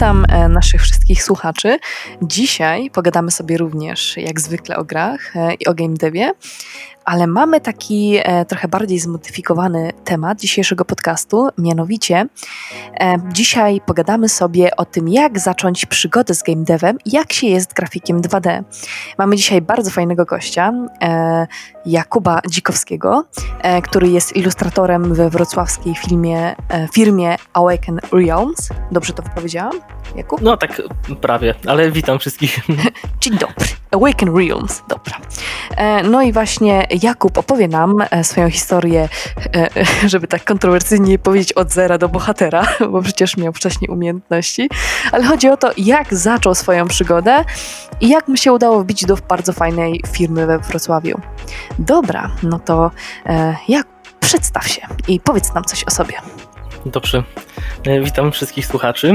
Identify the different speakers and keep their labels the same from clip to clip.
Speaker 1: Witam naszych wszystkich słuchaczy. Dzisiaj pogadamy sobie również jak zwykle o grach i o game devie, ale mamy taki trochę bardziej zmodyfikowany temat dzisiejszego podcastu, mianowicie dzisiaj pogadamy sobie o tym, jak zacząć przygodę z game devem i jak się jest grafikiem 2D. Mamy dzisiaj bardzo fajnego gościa, Jakuba Dzikowskiego, który jest ilustratorem we wrocławskiej firmie Awaken Realms. Dobrze to wypowiedziałam, Jakub?
Speaker 2: No tak, prawie, ale witam wszystkich.
Speaker 1: Dzień dobry. Awaken Realms, dobra. No i właśnie Jakub opowie nam swoją historię, żeby tak kontrowersyjnie powiedzieć, od zera do bohatera, bo przecież miał wcześniej umiejętności, ale chodzi o to, jak zaczął swoją przygodę i jak mu się udało wbić do bardzo fajnej firmy we Wrocławiu. Dobra, no to Jakub, przedstaw się i powiedz nam coś o sobie.
Speaker 2: Dobrze, witam wszystkich słuchaczy.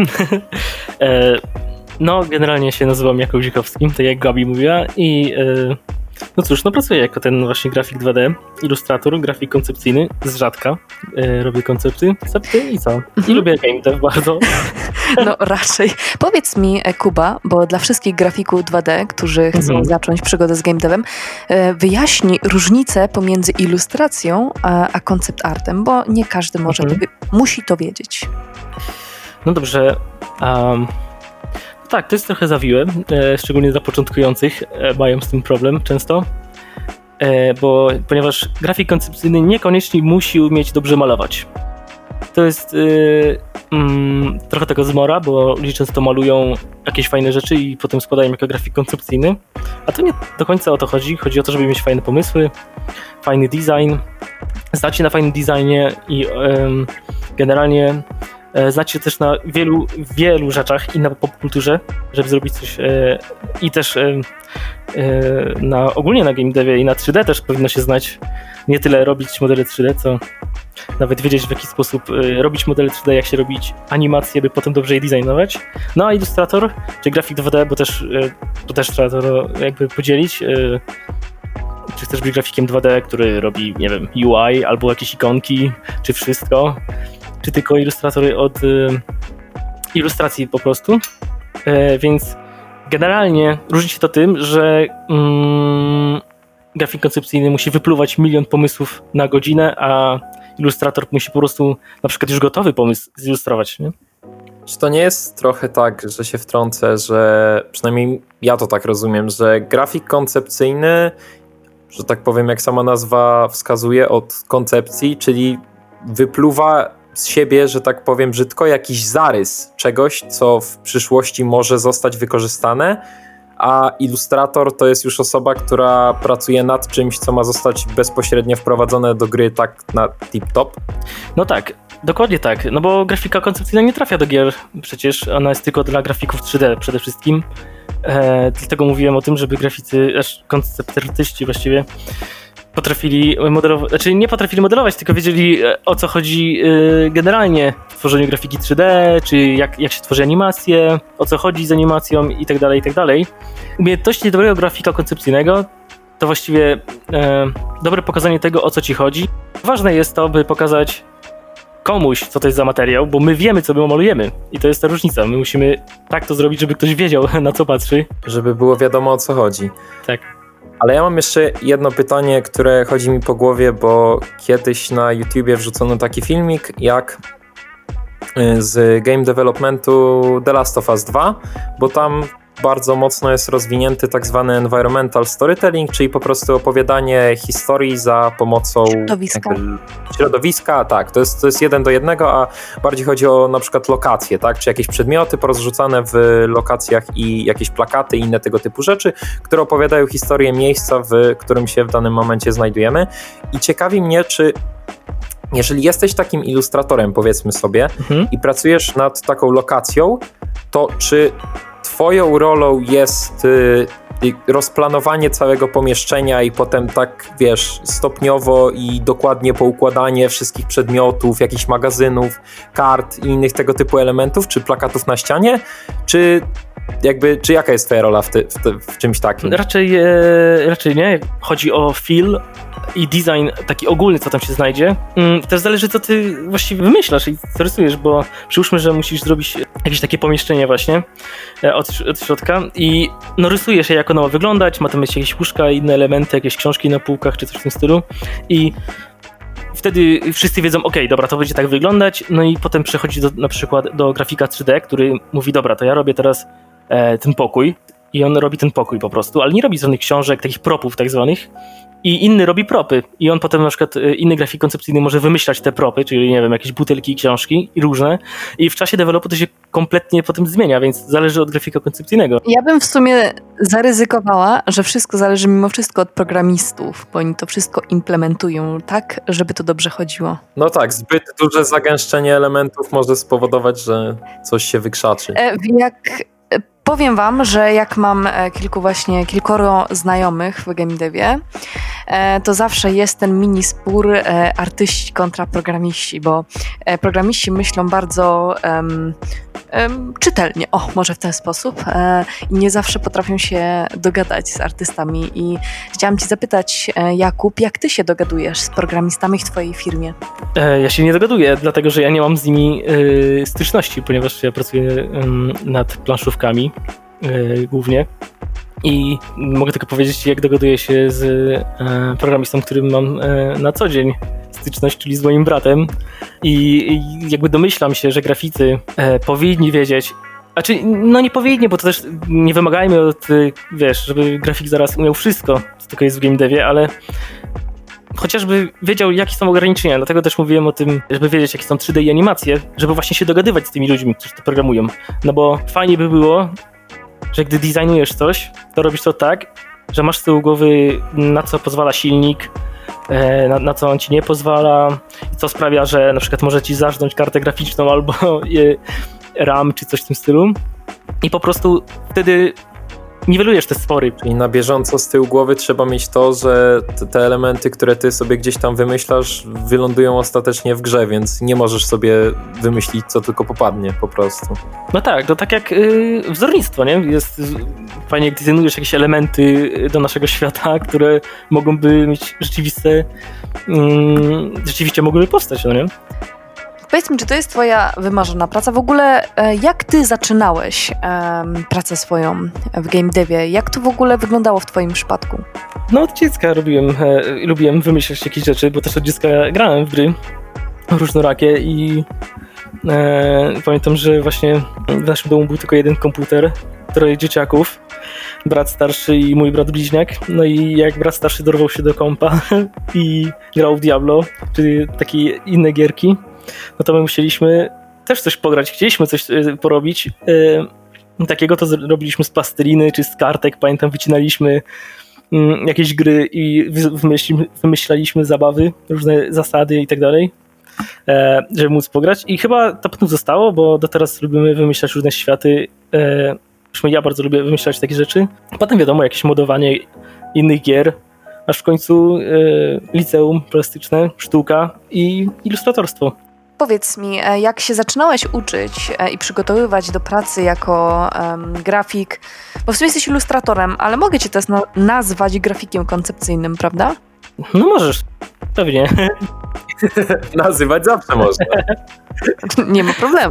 Speaker 2: No, generalnie się nazywam Jakub Dzikowski, tak jak Gabi mówiła i no cóż, no pracuję jako ten właśnie grafik 2D, ilustrator, grafik koncepcyjny, z rzadka robię koncepty i co? I lubię game dev bardzo.
Speaker 1: No raczej. Powiedz mi, Kuba, bo dla wszystkich grafików 2D, którzy chcą zacząć przygodę z game devem, wyjaśnij różnicę pomiędzy ilustracją a concept artem, bo nie każdy musi to wiedzieć. No
Speaker 2: dobrze. Tak, to jest trochę zawiłe, szczególnie dla początkujących, mają z tym problem często, ponieważ grafik koncepcyjny niekoniecznie musi umieć dobrze malować. To jest trochę tego zmora, bo ludzie często malują jakieś fajne rzeczy i potem składają jako grafik koncepcyjny, a to nie do końca o to chodzi. Chodzi o to, żeby mieć fajne pomysły, fajny design, znać się na fajnym designie i generalnie znać się też na wielu rzeczach i na popkulturze, żeby zrobić coś i też ogólnie na game devie i na 3D też powinno się znać. Nie tyle robić modele 3D, co nawet wiedzieć, w jaki sposób robić modele 3D, jak się robić animacje, by potem dobrze je designować. No a ilustrator, czy grafik 2D, bo też trzeba to jakby podzielić. Czy chcesz być grafikiem 2D, który robi, nie wiem, UI albo jakieś ikonki, czy wszystko, czy tylko ilustratory od ilustracji po prostu. Więc generalnie różni się to tym, że grafik koncepcyjny musi wypluwać milion pomysłów na godzinę, a ilustrator musi po prostu na przykład już gotowy pomysł zilustrować, nie?
Speaker 3: Czy to nie jest trochę tak, że się wtrącę, że przynajmniej ja to tak rozumiem, że grafik koncepcyjny, że tak powiem, jak sama nazwa wskazuje, od koncepcji, czyli wypluwa z siebie, że tak powiem brzydko, jakiś zarys czegoś, co w przyszłości może zostać wykorzystane, a ilustrator to jest już osoba, która pracuje nad czymś, co ma zostać bezpośrednio wprowadzone do gry tak na tip-top.
Speaker 2: No tak, dokładnie tak, no bo grafika koncepcyjna nie trafia do gier, przecież ona jest tylko dla grafików 3D przede wszystkim. Dlatego mówiłem o tym, żeby graficy, konceptartyści właściwie potrafili modelować, znaczy nie potrafili modelować, tylko wiedzieli, o co chodzi generalnie w tworzeniu grafiki 3D, czy jak się tworzy animacje, o co chodzi z animacją i tak dalej, i tak dalej. Umiejętności dobrego grafika koncepcyjnego to właściwie dobre pokazanie tego, o co ci chodzi. Ważne jest to, by pokazać komuś, co to jest za materiał, bo my wiemy, co my malujemy i to jest ta różnica. My musimy tak to zrobić, żeby ktoś wiedział, na co patrzy.
Speaker 3: Żeby było wiadomo, o co chodzi.
Speaker 2: Tak.
Speaker 3: Ale ja mam jeszcze jedno pytanie, które chodzi mi po głowie, bo kiedyś na YouTubie wrzucono taki filmik jak z game developmentu The Last of Us 2, bo tam bardzo mocno jest rozwinięty tak zwany environmental storytelling, czyli po prostu opowiadanie historii za pomocą środowiska. Tak, to jest 1 do 1, a bardziej chodzi o na przykład lokacje, tak, czy jakieś przedmioty porozrzucane w lokacjach i jakieś plakaty i inne tego typu rzeczy, które opowiadają historię miejsca, w którym się w danym momencie znajdujemy. I ciekawi mnie, czy jeżeli jesteś takim ilustratorem, powiedzmy sobie, i pracujesz nad taką lokacją, to czy twoją rolą jest rozplanowanie całego pomieszczenia i potem tak, wiesz, stopniowo i dokładnie poukładanie wszystkich przedmiotów, jakichś magazynów, kart i innych tego typu elementów, czy plakatów na ścianie, czy Czy jaka jest twoja rola w czymś takim?
Speaker 2: Raczej nie. Chodzi o feel i design taki ogólny, co tam się znajdzie. Też zależy, co ty właściwie wymyślasz i co rysujesz, bo przyłóżmy, że musisz zrobić jakieś takie pomieszczenie właśnie od środka i no rysujesz je, jak ono ma wyglądać, ma tam mieć jakieś łóżka, inne elementy, jakieś książki na półkach, czy coś w tym stylu i wtedy wszyscy wiedzą, okej, dobra, to będzie tak wyglądać, no i potem przechodzi na przykład do grafika 3D, który mówi, dobra, to ja robię teraz ten pokój i on robi ten pokój po prostu, ale nie robi żadnych książek, takich propów tak zwanych i inny robi propy i on potem na przykład inny grafik koncepcyjny może wymyślać te propy, czyli nie wiem, jakieś butelki, książki i różne i w czasie dewelopu to się kompletnie potem zmienia, więc zależy od grafika koncepcyjnego.
Speaker 1: Ja bym w sumie zaryzykowała, że wszystko zależy mimo wszystko od programistów, bo oni to wszystko implementują tak, żeby to dobrze chodziło.
Speaker 3: No tak, zbyt duże zagęszczenie elementów może spowodować, że coś się wykrzaczy.
Speaker 1: Powiem wam, że jak mam kilkoro znajomych w game devie, to zawsze jest ten mini spór artyści kontra programiści, bo programiści myślą bardzo czytelnie, może w ten sposób, i nie zawsze potrafią się dogadać z artystami. I chciałam cię zapytać, Jakub, jak ty się dogadujesz z programistami w twojej firmie?
Speaker 2: Ja się nie dogaduję, dlatego że ja nie mam z nimi styczności, ponieważ ja pracuję nad planszówkami głównie i mogę tylko powiedzieć, jak dogaduję się z programistą, którym mam na co dzień styczność, czyli z moim bratem i jakby domyślam się, że graficy powinni wiedzieć, no nie powinni, bo to też nie wymagajmy od, żeby grafik zaraz umiał wszystko, co tylko jest w game devie, ale chociażby wiedział, jakie są ograniczenia, dlatego też mówiłem o tym, żeby wiedzieć, jakie są 3D i animacje, żeby właśnie się dogadywać z tymi ludźmi, którzy to programują, no bo fajnie by było, że gdy designujesz coś, to robisz to tak, że masz z tyłu głowy, na co pozwala silnik, na co on ci nie pozwala, co sprawia, że na przykład może ci zarżnąć kartę graficzną albo RAM czy coś w tym stylu i po prostu wtedy niwelujesz te spory.
Speaker 3: Czyli na bieżąco z tyłu głowy trzeba mieć to, że te elementy, które ty sobie gdzieś tam wymyślasz, wylądują ostatecznie w grze, więc nie możesz sobie wymyślić, co tylko popadnie po prostu.
Speaker 2: No tak, to tak jak wzornictwo, nie? Jest fajnie, jak designujesz jakieś elementy do naszego świata, które mogłyby mieć rzeczywiście mogłyby powstać, no nie?
Speaker 1: Powiedz mi, czy to jest twoja wymarzona praca? W ogóle jak ty zaczynałeś pracę swoją w game devie? Jak to w ogóle wyglądało w twoim przypadku?
Speaker 2: No od dziecka lubiłem wymyślać jakieś rzeczy, bo też od dziecka grałem w gry różnorakie i pamiętam, że właśnie w naszym domu był tylko jeden komputer, troje dzieciaków, brat starszy i mój brat bliźniak. No i jak brat starszy dorwał się do kompa i grał w Diablo, czy takie inne gierki, no to my musieliśmy też coś pograć, chcieliśmy coś porobić. Takiego to robiliśmy z plasteliny czy z kartek, pamiętam, wycinaliśmy jakieś gry i wymyślaliśmy zabawy, różne zasady i tak dalej, żeby móc pograć i chyba to potem zostało, bo do teraz lubimy wymyślać różne światy. Ja bardzo lubię wymyślać takie rzeczy. Potem wiadomo, jakieś modowanie innych gier, aż w końcu liceum plastyczne, sztuka i ilustratorstwo.
Speaker 1: Powiedz mi, jak się zaczynałeś uczyć i przygotowywać do pracy jako grafik, bo w sumie jesteś ilustratorem, ale mogę cię też nazwać grafikiem koncepcyjnym, prawda?
Speaker 2: No możesz, pewnie.
Speaker 3: Nazywać zawsze można.
Speaker 1: Nie ma problemu.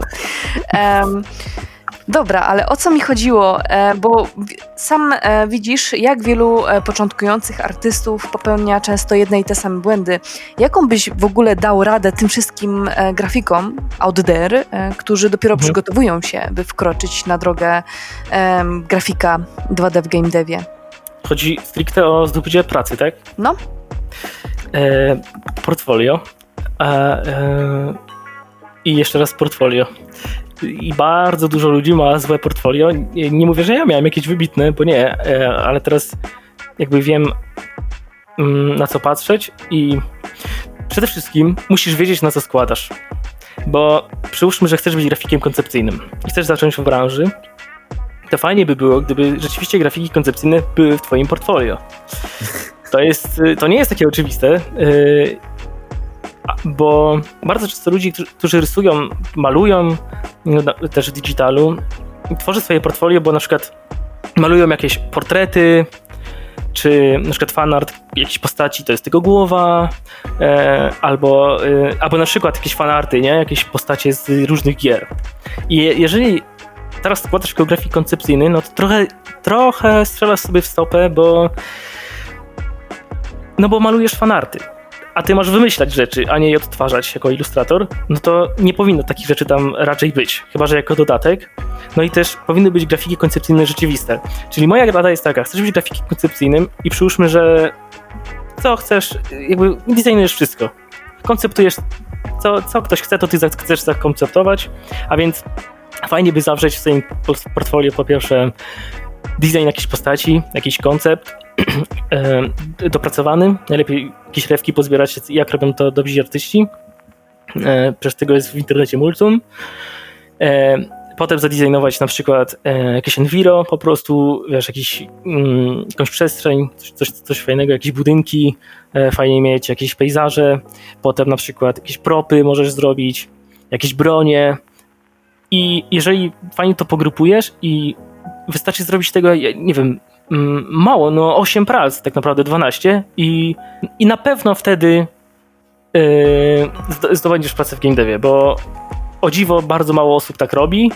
Speaker 1: Dobra, ale o co mi chodziło? Bo sam widzisz, jak wielu początkujących artystów popełnia często jedne i te same błędy. Jaką byś w ogóle dał radę tym wszystkim grafikom out there, którzy dopiero przygotowują się, by wkroczyć na drogę grafika 2D w game devie?
Speaker 2: Chodzi stricte o zdobycie pracy, tak?
Speaker 1: No.
Speaker 2: Portfolio. I jeszcze raz portfolio. I bardzo dużo ludzi ma złe portfolio. Nie mówię, że ja miałem jakieś wybitne, bo nie, ale teraz jakby wiem, na co patrzeć i przede wszystkim musisz wiedzieć, na co składasz. Bo przyłóżmy, że chcesz być grafikiem koncepcyjnym i chcesz zacząć w branży, to fajnie by było, gdyby rzeczywiście grafiki koncepcyjne były w twoim portfolio. To nie jest takie oczywiste, bo bardzo często ludzi, którzy rysują, malują, też w digitalu, tworzy swoje portfolio, bo na przykład malują jakieś portrety, czy na przykład fanart jakiejś postaci to jest tylko głowa, albo na przykład jakieś fanarty, nie? Jakieś postacie z różnych gier. I jeżeli teraz składasz grafik koncepcyjny, no to trochę strzelasz sobie w stopę, bo malujesz fanarty, a ty masz wymyślać rzeczy, a nie je odtwarzać jako ilustrator, no to nie powinno takich rzeczy tam raczej być, chyba że jako dodatek. No i też powinny być grafiki koncepcyjne rzeczywiste. Czyli moja rada jest taka, chcesz być grafikiem koncepcyjnym i przyłóżmy, że co chcesz, jakby designujesz wszystko. Konceptujesz, co ktoś chce, to ty chcesz zakonceptować, a więc fajnie by zawrzeć w swoim portfolio po pierwsze design jakiejś postaci, jakiś koncept dopracowany, najlepiej jakieś rewki pozbierać, jak robią to dobrzy artyści. Przecież tego jest w internecie multum. Potem zadesignować na przykład jakieś enviro, po prostu, wiesz, jakąś przestrzeń, coś fajnego, jakieś budynki, fajnie mieć jakieś pejzaże, potem na przykład jakieś propy możesz zrobić, jakieś bronie i jeżeli fajnie to pogrupujesz i wystarczy zrobić tego, nie wiem, mało, no 8 prac, tak naprawdę 12 i na pewno wtedy zdobędziesz pracę w game devie, bo o dziwo bardzo mało osób tak robi,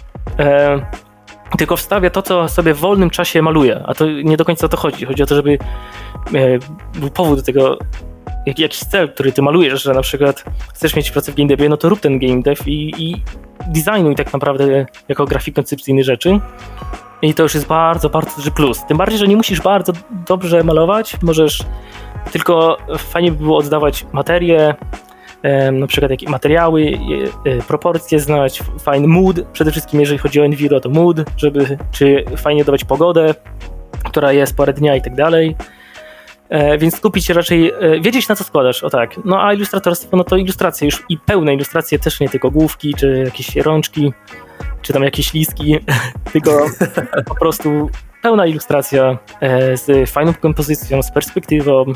Speaker 2: tylko wstawia to, co sobie w wolnym czasie maluje, a to nie do końca o to chodzi. Chodzi o to, żeby był powód do tego, jakiś cel, który ty malujesz, że na przykład chcesz mieć pracę w game devie, no to rób ten game dev i designuj tak naprawdę jako grafik koncepcyjny rzeczy. I to już jest bardzo, bardzo duży plus. Tym bardziej, że nie musisz bardzo dobrze malować, możesz tylko fajnie by było oddawać materię, na przykład jakie materiały, proporcje znać, fajny mood, przede wszystkim jeżeli chodzi o enviro, to mood, czy fajnie dawać pogodę, która jest porę dnia i tak dalej. Więc skupić się raczej, wiedzieć na co składasz, o tak. No a ilustratorstwo, no to ilustracje już i pełne ilustracje, też nie tylko główki, czy jakieś rączki, czy tam jakieś listki, tylko po prostu pełna ilustracja z fajną kompozycją, z perspektywą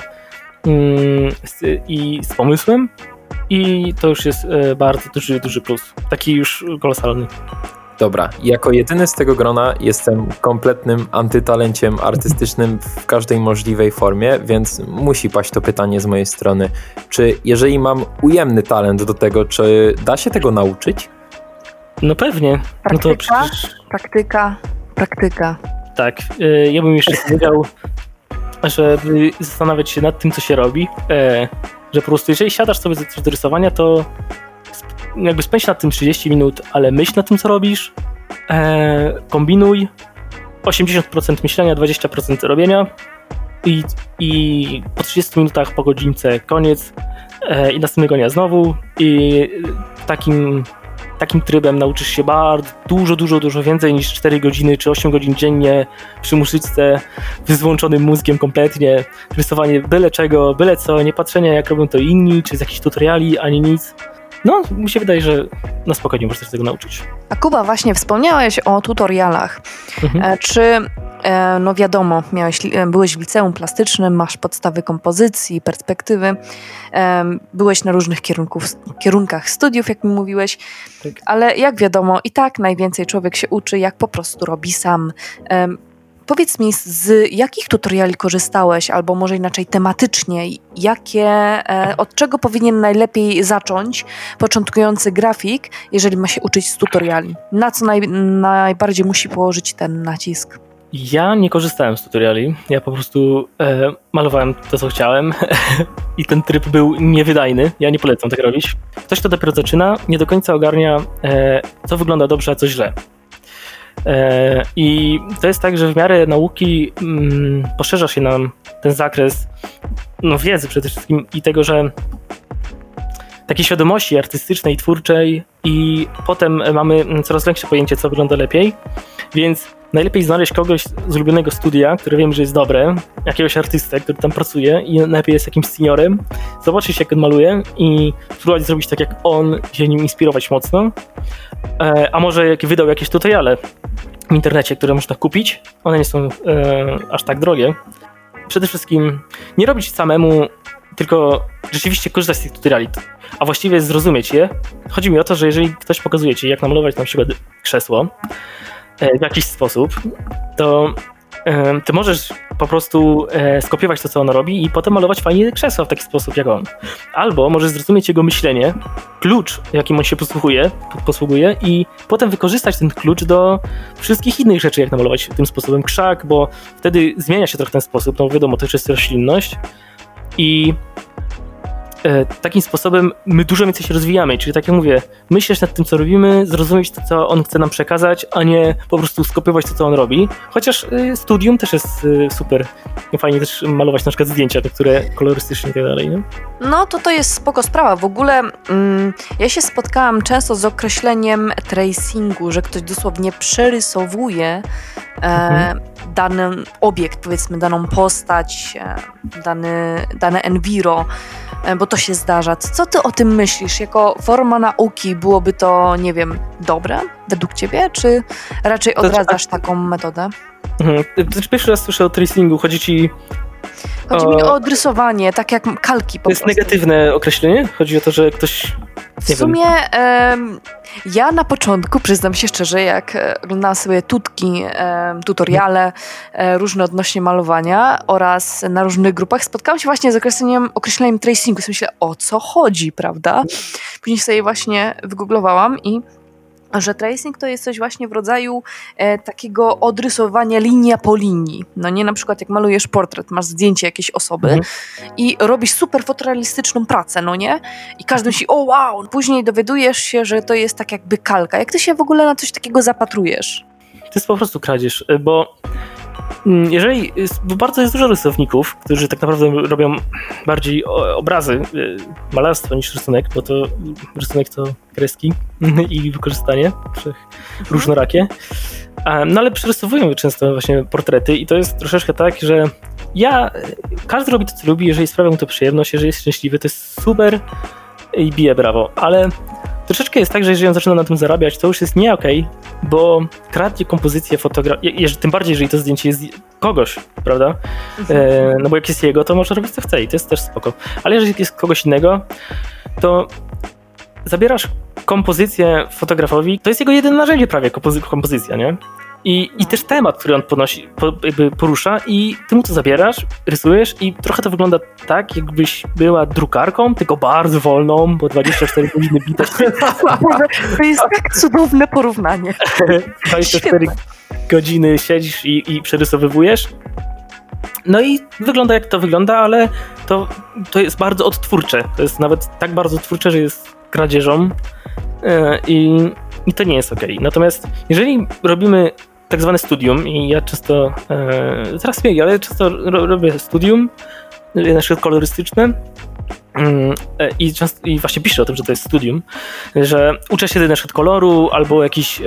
Speaker 2: i z pomysłem. I to już jest bardzo duży plus. Taki już kolosalny.
Speaker 3: Dobra, jako jedyny z tego grona jestem kompletnym antytalenciem artystycznym w każdej możliwej formie, więc musi paść to pytanie z mojej strony. Czy jeżeli mam ujemny talent do tego, czy da się tego nauczyć?
Speaker 2: No pewnie.
Speaker 1: Praktyka,
Speaker 2: no to przecież...
Speaker 1: praktyka.
Speaker 2: Tak, ja bym jeszcze powiedział, żeby zastanawiać się nad tym, co się robi, że po prostu jeżeli siadasz sobie do rysowania, to jakby spędź nad tym 30 minut, ale myśl nad tym, co robisz, kombinuj, 80% myślenia, 20% robienia i po 30 minutach, po godzince koniec i następnego dnia znowu i takim trybem nauczysz się bardzo dużo więcej niż 4 godziny czy 8 godzin dziennie przy muszyczce, z wyłączonym mózgiem kompletnie, rysowanie byle czego, byle co, nie patrzenia jak robią to inni, czy z jakichś tutoriali, ani nic. No, mi się wydaje, że na spokojnie można się tego nauczyć.
Speaker 1: A Kuba, właśnie wspomniałeś o tutorialach. Czy, no wiadomo, byłeś w liceum plastycznym, masz podstawy kompozycji, perspektywy, byłeś na różnych kierunkach studiów, jak mi mówiłeś,
Speaker 2: tak.
Speaker 1: Ale jak wiadomo, i tak najwięcej człowiek się uczy, jak po prostu robi sam. Powiedz mi, z jakich tutoriali korzystałeś, albo może inaczej tematycznie, od czego powinien najlepiej zacząć początkujący grafik, jeżeli ma się uczyć z tutoriali? Na co najbardziej musi położyć ten nacisk?
Speaker 2: Ja nie korzystałem z tutoriali, ja po prostu malowałem to, co chciałem i ten tryb był niewydajny, ja nie polecam tak robić. Ktoś, kto dopiero zaczyna, nie do końca ogarnia, co wygląda dobrze, a co źle. I to jest tak, że w miarę nauki poszerza się nam ten zakres wiedzy przede wszystkim i tego, że takiej świadomości artystycznej, twórczej i potem mamy coraz większe pojęcie, co wygląda lepiej, więc najlepiej znaleźć kogoś z ulubionego studia, które wiemy, że jest dobre, jakiegoś artystę, który tam pracuje i najlepiej jest jakimś seniorem, zobaczyć jak on maluje i spróbować zrobić tak jak on, się nim inspirować mocno, a może wydał jakieś tutoriale w internecie, które można kupić, one nie są aż tak drogie. Przede wszystkim nie robić samemu, tylko rzeczywiście korzystać z tych tutoriali, a właściwie zrozumieć je. Chodzi mi o to, że jeżeli ktoś pokazuje ci, jak namalować na przykład krzesło, w jakiś sposób, to ty możesz po prostu skopiować to, co on robi i potem malować fajnie krzesła w taki sposób, jak on. Albo możesz zrozumieć jego myślenie, klucz, jakim on się posługuje i potem wykorzystać ten klucz do wszystkich innych rzeczy, jak namalować tym sposobem krzak, bo wtedy zmienia się trochę ten sposób, no wiadomo, to już jest roślinność i takim sposobem my dużo więcej się rozwijamy, czyli tak jak mówię, myśleć nad tym, co robimy, zrozumieć to, co on chce nam przekazać, a nie po prostu skopiować to, co on robi. Chociaż studium też jest super. Fajnie też malować na przykład zdjęcia, te, które kolorystycznie i tak dalej, nie?
Speaker 1: No to jest spoko sprawa. W ogóle ja się spotkałam często z określeniem tracingu, że ktoś dosłownie przerysowuje dany obiekt, powiedzmy daną postać, dane enviro, bo to się zdarza. Co ty o tym myślisz? Jako forma nauki byłoby to, nie wiem, dobre według ciebie, czy raczej odradzasz taką metodę?
Speaker 2: Pierwszy raz słyszę o tracingu. Chodzi
Speaker 1: mi o odrysowanie, tak jak kalki po
Speaker 2: prostu. To jest negatywne określenie? Chodzi o to, że ktoś...
Speaker 1: W sumie ja na początku, przyznam się szczerze, jak oglądałam sobie tutoriale różne odnośnie malowania oraz na różnych grupach, spotkałam się właśnie z określeniem tracingu. Myślę, o co chodzi, prawda? Później sobie właśnie wygooglowałam i że tracing to jest coś właśnie w rodzaju takiego odrysowania linia po linii. No nie, na przykład jak malujesz portret, masz zdjęcie jakiejś osoby i robisz super fotorealistyczną pracę, no nie? I każdy myśli, o wow! Później dowiadujesz się, że to jest tak jakby kalka. Jak ty się w ogóle na coś takiego zapatrujesz?
Speaker 2: To jest po prostu kradzież, bo bardzo jest dużo rysowników, którzy tak naprawdę robią bardziej obrazy, malarstwo niż rysunek, bo to rysunek to kreski i wykorzystanie różnorakie. No ale przerysowują często właśnie portrety i to jest troszeczkę tak, że każdy robi to, co lubi, jeżeli sprawia mu to przyjemność, jeżeli jest szczęśliwy, to jest super i bije brawo, ale troszeczkę jest tak, że jeżeli on zaczyna na tym zarabiać, to już jest nie okej, bo kradnie kompozycję tym bardziej, jeżeli to zdjęcie jest kogoś, prawda? No bo jak jest jego, to może robić co chce i to jest też spoko. Ale jeżeli jest kogoś innego, to zabierasz kompozycję fotografowi, to jest jego jedyne narzędzie prawie, kompozycja, nie? I też temat, który on porusza i ty mu to zabierasz, rysujesz i trochę to wygląda tak, jakbyś była drukarką, tylko bardzo wolną, bo 24 godziny bita.
Speaker 1: To jest tak cudowne porównanie.
Speaker 2: 24 godziny siedzisz i przerysowywujesz. No i wygląda jak to wygląda, ale to jest bardzo odtwórcze. To jest nawet tak bardzo odtwórcze, że jest kradzieżą i to nie jest okej. Natomiast jeżeli robimy tak zwane studium i ja często, teraz śmieję, ale często robię studium, na przykład kolorystyczne i właśnie piszę o tym, że to jest studium, że uczę się na przykład koloru albo jakiejś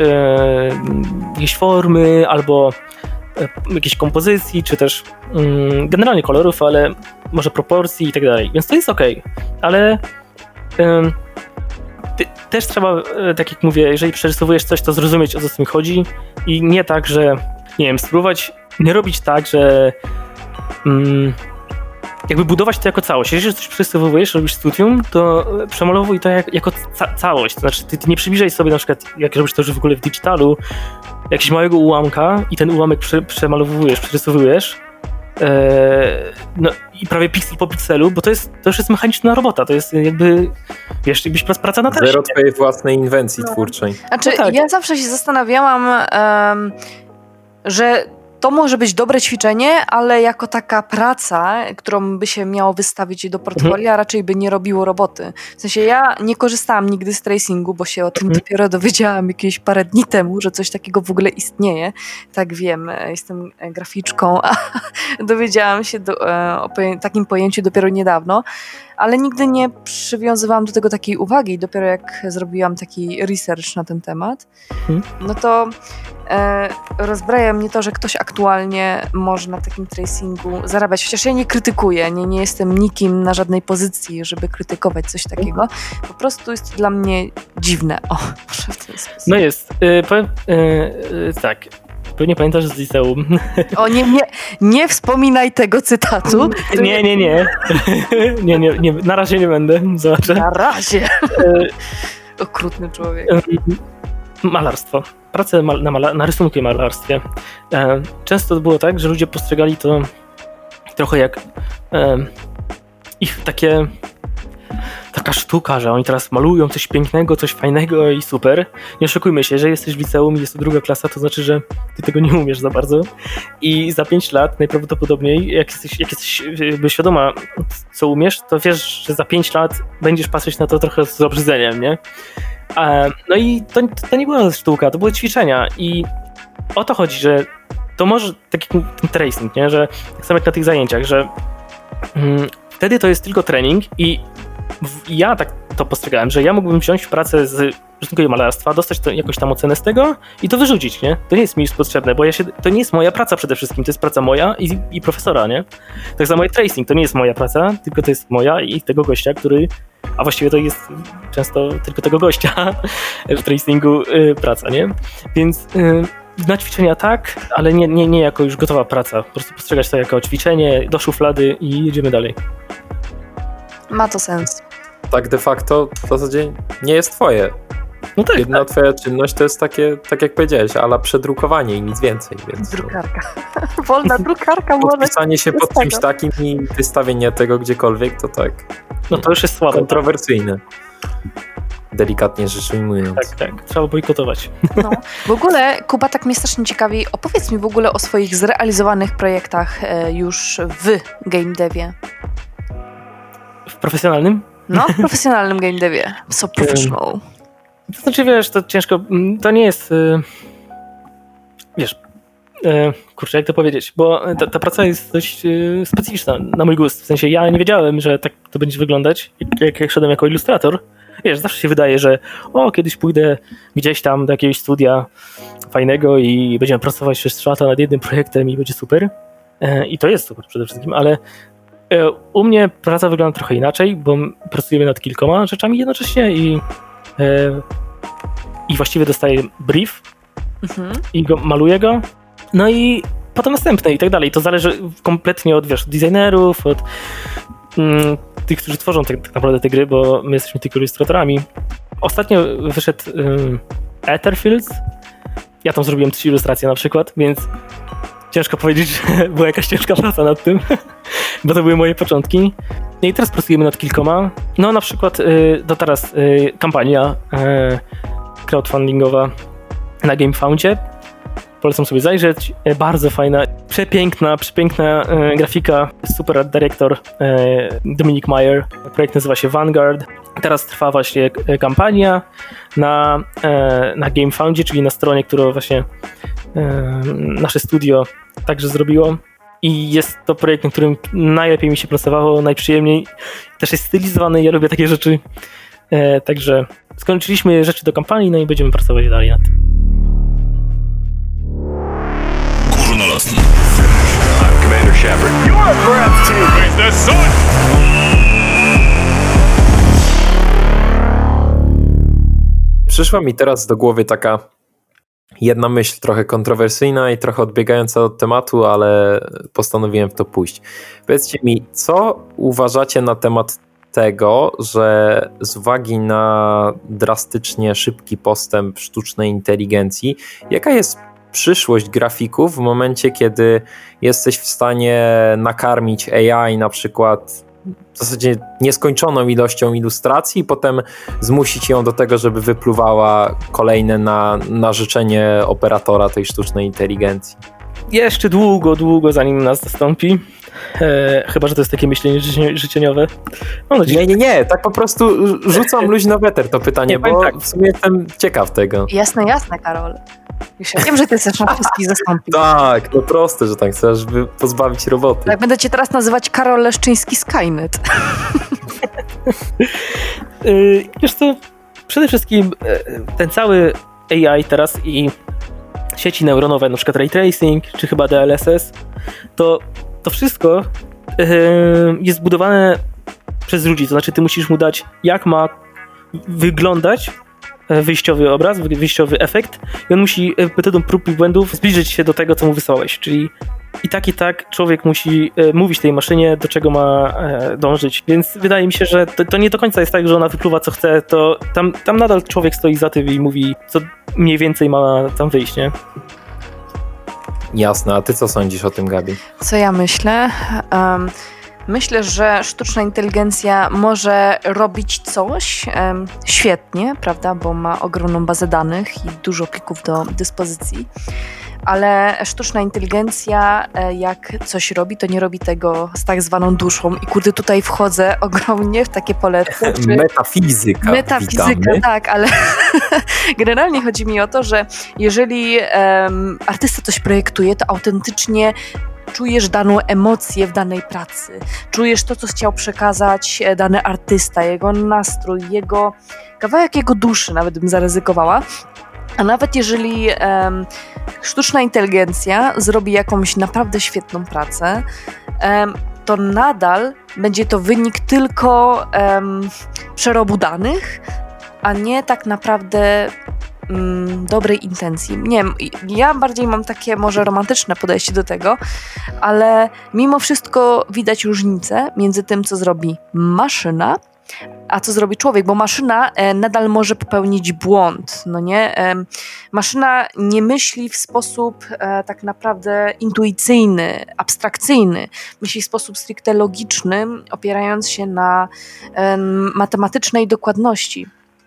Speaker 2: formy, albo jakiejś kompozycji, czy też generalnie kolorów, ale może proporcji i tak dalej. Więc to jest okej, ale też trzeba, tak jak mówię, jeżeli przerysowujesz coś, to zrozumieć, o co z tym chodzi i nie tak, że nie wiem, spróbować nie robić tak, że jakby budować to jako całość. Jeżeli coś przerysowujesz, robisz studium, to przemalowuj to jako całość. To znaczy ty nie przybliżaj sobie na przykład, jak robisz to już w ogóle w digitalu, jakiegoś małego ułamka i ten ułamek przemalowujesz, przerysowujesz, no i prawie piksel po pikselu, bo to już jest mechaniczna robota, to jest jakby, wiesz, jakbyś praca na teście.
Speaker 3: Zero twojej własnej inwencji twórczej.
Speaker 1: Znaczy, no tak. Ja zawsze się zastanawiałam, że to może być dobre ćwiczenie, ale jako taka praca, którą by się miało wystawić do portfolio, raczej by nie robiło roboty. W sensie ja nie korzystałam nigdy z tracingu, bo się o tym dopiero dowiedziałam jakieś parę dni temu, że coś takiego w ogóle istnieje. Tak wiem, jestem graficzką, a dowiedziałam się o takim pojęciu dopiero niedawno, ale nigdy nie przywiązywałam do tego takiej uwagi. Dopiero jak zrobiłam taki research na ten temat, no to rozbraja mnie to, że ktoś aktualnie może na takim tracingu zarabiać. Chociaż ja nie krytykuję, nie jestem nikim na żadnej pozycji, żeby krytykować coś takiego. Po prostu jest to dla mnie dziwne. O, może w ten sposób.
Speaker 2: No jest. Powiem tak. Pewnie pamiętasz z liceum.
Speaker 1: O, nie wspominaj tego cytatu.
Speaker 2: Nie. Nie. Na razie nie będę. Zobaczę.
Speaker 1: Na razie. Okrutny człowiek.
Speaker 2: Malarstwo. Pracę na rysunku i malarstwie. Często było tak, że ludzie postrzegali to trochę jak ich taka sztuka, że oni teraz malują coś pięknego, coś fajnego i super. Nie oszukujmy się, że jesteś w liceum i jest to druga klasa, to znaczy, że ty tego nie umiesz za bardzo i za 5 lat najprawdopodobniej, jak jesteś świadoma, co umiesz, to wiesz, że za 5 lat będziesz patrzeć na to trochę z obrzydzeniem, nie? No i to nie była sztuka, to były ćwiczenia i o to chodzi, że to może, tak jak ten tracing, nie? Że tak samo jak na tych zajęciach, że wtedy to jest tylko trening i ja tak to postrzegałem, że ja mógłbym wziąć pracę z rysunku i malarstwa, dostać jakąś tam ocenę z tego i to wyrzucić, nie? To nie jest mi już potrzebne, bo to nie jest moja praca przede wszystkim, to jest praca moja i profesora, nie? Tak samo jak tracing, to nie jest moja praca, tylko to jest moja i tego gościa, a właściwie to jest często tylko tego gościa w tracingu praca, nie? Więc na ćwiczenia tak, ale nie jako już gotowa praca. Po prostu postrzegać to jako ćwiczenie do szuflady i jedziemy dalej.
Speaker 1: Ma to sens.
Speaker 3: Tak de facto w zasadzie nie jest twoje.
Speaker 2: No tak,
Speaker 3: Jedna twoja czynność to jest takie, tak jak powiedziałeś, ala przedrukowanie i nic więcej. Więc
Speaker 1: drukarka. Wolna drukarka.
Speaker 3: Podpisanie się pod czymś takim i wystawienie tego gdziekolwiek, to tak.
Speaker 2: No to już jest słabe.
Speaker 3: Kontrowersyjne. Delikatnie rzecz ujmując.
Speaker 2: Tak. Trzeba bojkotować.
Speaker 1: No. W ogóle, Kuba, tak mnie strasznie ciekawi, opowiedz mi w ogóle o swoich zrealizowanych projektach już w game devie.
Speaker 2: W profesjonalnym?
Speaker 1: No, w profesjonalnym game devie. So professional.
Speaker 2: To znaczy, wiesz, to ciężko, to nie jest, wiesz, kurczę, jak to powiedzieć, bo ta praca jest dość specyficzna na mój gust. W sensie ja nie wiedziałem, że tak to będzie wyglądać, jak szedłem jako ilustrator. Wiesz, zawsze się wydaje, że kiedyś pójdę gdzieś tam do jakiegoś studia fajnego i będziemy pracować przez 3 lata nad jednym projektem i będzie super. I to jest super przede wszystkim, ale u mnie praca wygląda trochę inaczej, bo pracujemy nad kilkoma rzeczami jednocześnie i właściwie dostaję brief i maluję go, no i potem następne i tak dalej. To zależy kompletnie od, wiesz, designerów, od tych, którzy tworzą tak naprawdę te gry, bo my jesteśmy tylko ilustratorami. Ostatnio wyszedł Etherfields. Ja tam zrobiłem 3 ilustracje na przykład, więc ciężko powiedzieć, że była jakaś ciężka praca nad tym, bo to były moje początki. I teraz pracujemy nad kilkoma. No na przykład to teraz kampania crowdfundingowa na GameFoundzie. Polecam sobie zajrzeć. Bardzo fajna, przepiękna grafika. Super art dyrektor Dominic Meyer. Projekt nazywa się Vanguard. Teraz trwa właśnie kampania na GameFoundzie, czyli na stronie, którą właśnie nasze studio także zrobiło. I jest to projekt, na którym najlepiej mi się pracowało, najprzyjemniej. Też jest stylizowany, ja lubię takie rzeczy. Także skończyliśmy rzeczy do kampanii, no i będziemy pracować dalej nad tym.
Speaker 4: Górnolotny. I'm Commander Shepard. You're breathtaking. The sun.
Speaker 3: Przyszła mi teraz do głowy taka jedna myśl, trochę kontrowersyjna i trochę odbiegająca od tematu, ale postanowiłem w to pójść. Powiedzcie mi, co uważacie na temat tego, że z uwagi na drastycznie szybki postęp sztucznej inteligencji, jaka jest przyszłość grafików w momencie, kiedy jesteś w stanie nakarmić AI na przykład w zasadzie nieskończoną ilością ilustracji i potem zmusić ją do tego, żeby wypluwała kolejne na życzenie operatora tej sztucznej inteligencji.
Speaker 2: Jeszcze długo zanim nas zastąpi. Chyba że to jest takie myślenie życzeniowe.
Speaker 3: Nie, tak po prostu rzucam luźno weter to pytanie, bo tak. W sumie jestem ciekaw tego.
Speaker 1: Jasne, Karol. Już ja wiem, że ty chcesz na wszystkich zastąpić.
Speaker 3: Tak, no proste, że tak chcesz, żeby pozbawić roboty.
Speaker 1: Tak, będę cię teraz nazywać Karol Leszczyński Skynet.
Speaker 2: Wiesz co, przede wszystkim ten cały AI teraz i sieci neuronowe, na przykład Ray Tracing, czy chyba DLSS, to wszystko jest zbudowane przez ludzi, to znaczy ty musisz mu dać, jak ma wyglądać wyjściowy obraz, wyjściowy efekt i on musi metodą prób i błędów zbliżyć się do tego, co mu wysłałeś, czyli i tak człowiek musi mówić tej maszynie, do czego ma dążyć. Więc wydaje mi się, że to nie do końca jest tak, że ona wypluwa co chce, to tam nadal człowiek stoi za tym i mówi, co mniej więcej ma tam wyjść, nie?
Speaker 3: Jasne, a ty co sądzisz o tym, Gabi?
Speaker 1: Co ja myślę? Myślę, że sztuczna inteligencja może robić coś świetnie, prawda, bo ma ogromną bazę danych i dużo plików do dyspozycji, ale sztuczna inteligencja jak coś robi, to nie robi tego z tak zwaną duszą i kurde, tutaj wchodzę ogromnie w takie poletko.
Speaker 3: Metafizyka, witamy.
Speaker 1: Tak, ale generalnie chodzi mi o to, że jeżeli artysta coś projektuje, to autentycznie czujesz daną emocję w danej pracy. Czujesz to, co chciał przekazać dany artysta, jego nastrój, jego kawałek jego duszy, nawet bym zaryzykowała. A nawet jeżeli sztuczna inteligencja zrobi jakąś naprawdę świetną pracę, to nadal będzie to wynik tylko przerobu danych, a nie tak naprawdę dobrej intencji. Nie wiem, ja bardziej mam takie może romantyczne podejście do tego, ale mimo wszystko widać różnicę między tym, co zrobi maszyna, a co zrobi człowiek, bo maszyna nadal może popełnić błąd, no nie? Maszyna nie myśli w sposób tak naprawdę intuicyjny, abstrakcyjny. Myśli w sposób stricte logiczny, opierając się na matematycznej dokładności.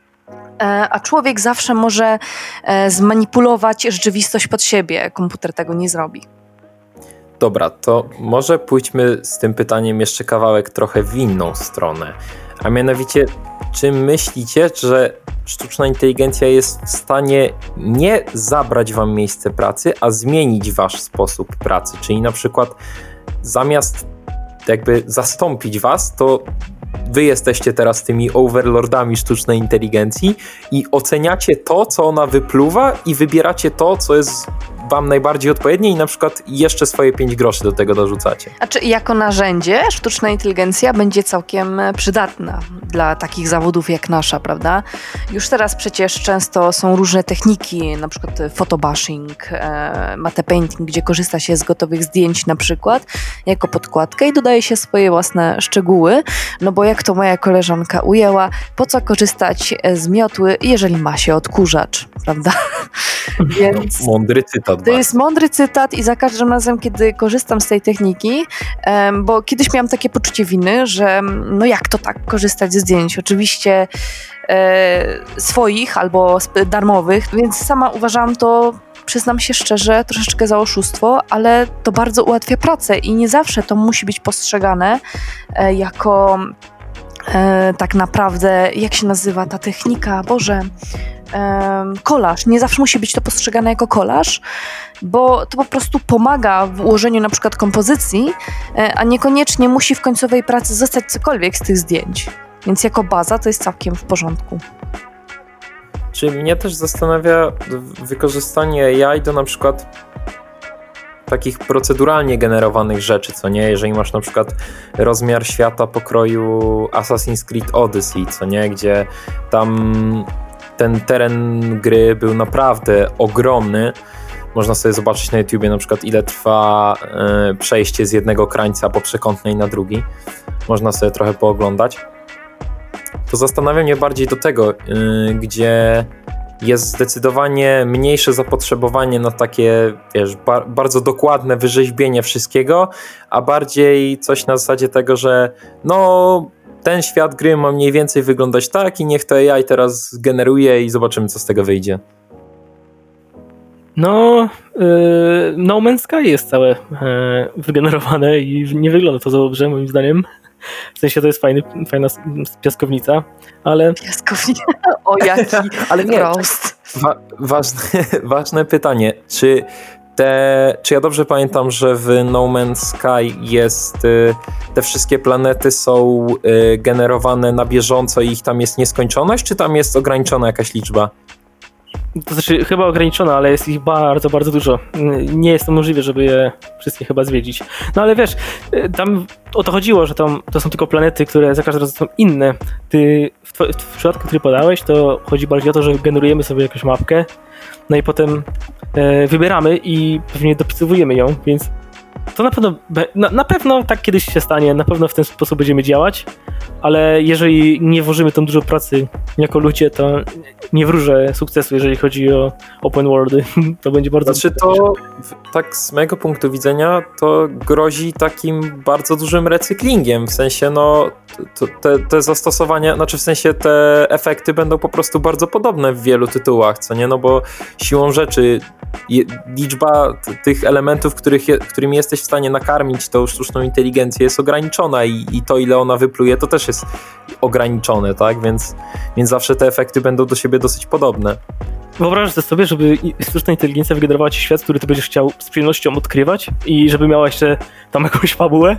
Speaker 1: A człowiek zawsze może zmanipulować rzeczywistość pod siebie. Komputer tego nie zrobi.
Speaker 3: Dobra, to może pójdźmy z tym pytaniem jeszcze kawałek trochę w inną stronę. A mianowicie, czy myślicie, że sztuczna inteligencja jest w stanie nie zabrać wam miejsce pracy, a zmienić wasz sposób pracy? Czyli na przykład zamiast jakby zastąpić was, to wy jesteście teraz tymi overlordami sztucznej inteligencji i oceniacie to, co ona wypluwa i wybieracie to, co jest wam najbardziej odpowiednie i na przykład jeszcze swoje 5 groszy do tego dorzucacie.
Speaker 1: Znaczy, jako narzędzie sztuczna inteligencja będzie całkiem przydatna dla takich zawodów jak nasza, prawda? Już teraz przecież często są różne techniki, na przykład photobashing, matte painting, gdzie korzysta się z gotowych zdjęć na przykład jako podkładkę i dodaje się swoje własne szczegóły, no bo jak to moja koleżanka ujęła, po co korzystać z miotły, jeżeli ma się odkurzacz, prawda? Więc
Speaker 3: mądry cytat.
Speaker 1: To jest mądry cytat i za każdym razem, kiedy korzystam z tej techniki, bo kiedyś miałam takie poczucie winy, że no jak to tak korzystać ze zdjęć? Oczywiście swoich albo darmowych, więc sama uważałam to, przyznam się szczerze, troszeczkę za oszustwo, ale to bardzo ułatwia pracę i nie zawsze to musi być postrzegane jako tak naprawdę, jak się nazywa ta technika? Boże, kolaż. Nie zawsze musi być to postrzegane jako kolaż, bo to po prostu pomaga w ułożeniu na przykład kompozycji, a niekoniecznie musi w końcowej pracy zostać cokolwiek z tych zdjęć. Więc jako baza to jest całkiem w porządku.
Speaker 3: Czy mnie też zastanawia wykorzystanie AI do na przykład takich proceduralnie generowanych rzeczy, co nie? Jeżeli masz na przykład rozmiar świata pokroju Assassin's Creed Odyssey, co nie? Gdzie tam ten teren gry był naprawdę ogromny. Można sobie zobaczyć na YouTubie na przykład, ile trwa przejście z jednego krańca po przekątnej na drugi. Można sobie trochę pooglądać. To zastanawia mnie bardziej do tego, gdzie jest zdecydowanie mniejsze zapotrzebowanie na takie, wiesz, bardzo dokładne wyrzeźbienie wszystkiego, a bardziej coś na zasadzie tego, że no ten świat gry ma mniej więcej wyglądać tak i niech to AI teraz generuje i zobaczymy, co z tego wyjdzie.
Speaker 2: No, No Man's Sky jest całe wygenerowane i nie wygląda to za dobrze, moim zdaniem. W sensie to jest fajna piaskownica, ale...
Speaker 1: Piaskownica? O, jaki
Speaker 3: ale nie,
Speaker 1: prost.
Speaker 3: Ważne pytanie. Czy ja dobrze pamiętam, że w No Man's Sky jest... te wszystkie planety są generowane na bieżąco i ich tam jest nieskończoność, czy tam jest ograniczona jakaś liczba?
Speaker 2: To znaczy chyba ograniczona, ale jest ich bardzo, bardzo dużo. Nie jest to możliwe, żeby je wszystkie chyba zwiedzić. No ale wiesz, tam o to chodziło, że tam to są tylko planety, które za każdym razem są inne. W przypadku, który podałeś, to chodzi bardziej o to, że generujemy sobie jakąś mapkę, no i potem wybieramy i pewnie dopisywujemy ją, więc to na pewno tak kiedyś się stanie, na pewno w ten sposób będziemy działać, ale jeżeli nie włożymy tam dużo pracy jako ludzie, to nie wróżę sukcesu, jeżeli chodzi o open worldy. To będzie bardzo...
Speaker 3: Znaczy to, tak z mojego punktu widzenia, to grozi takim bardzo dużym recyklingiem, w sensie te zastosowania, znaczy w sensie te efekty będą po prostu bardzo podobne w wielu tytułach, co nie, no bo siłą rzeczy liczba tych elementów, którymi jesteś w stanie nakarmić tą sztuczną inteligencję jest ograniczona i to, ile ona wypluje, to też jest ograniczone, tak, więc zawsze te efekty będą do siebie dosyć podobne.
Speaker 2: Wyobrażasz sobie, żeby sztuczna inteligencja wygenerowała ci świat, który ty będziesz chciał z przyjemnością odkrywać i żeby miała jeszcze tam jakąś fabułę?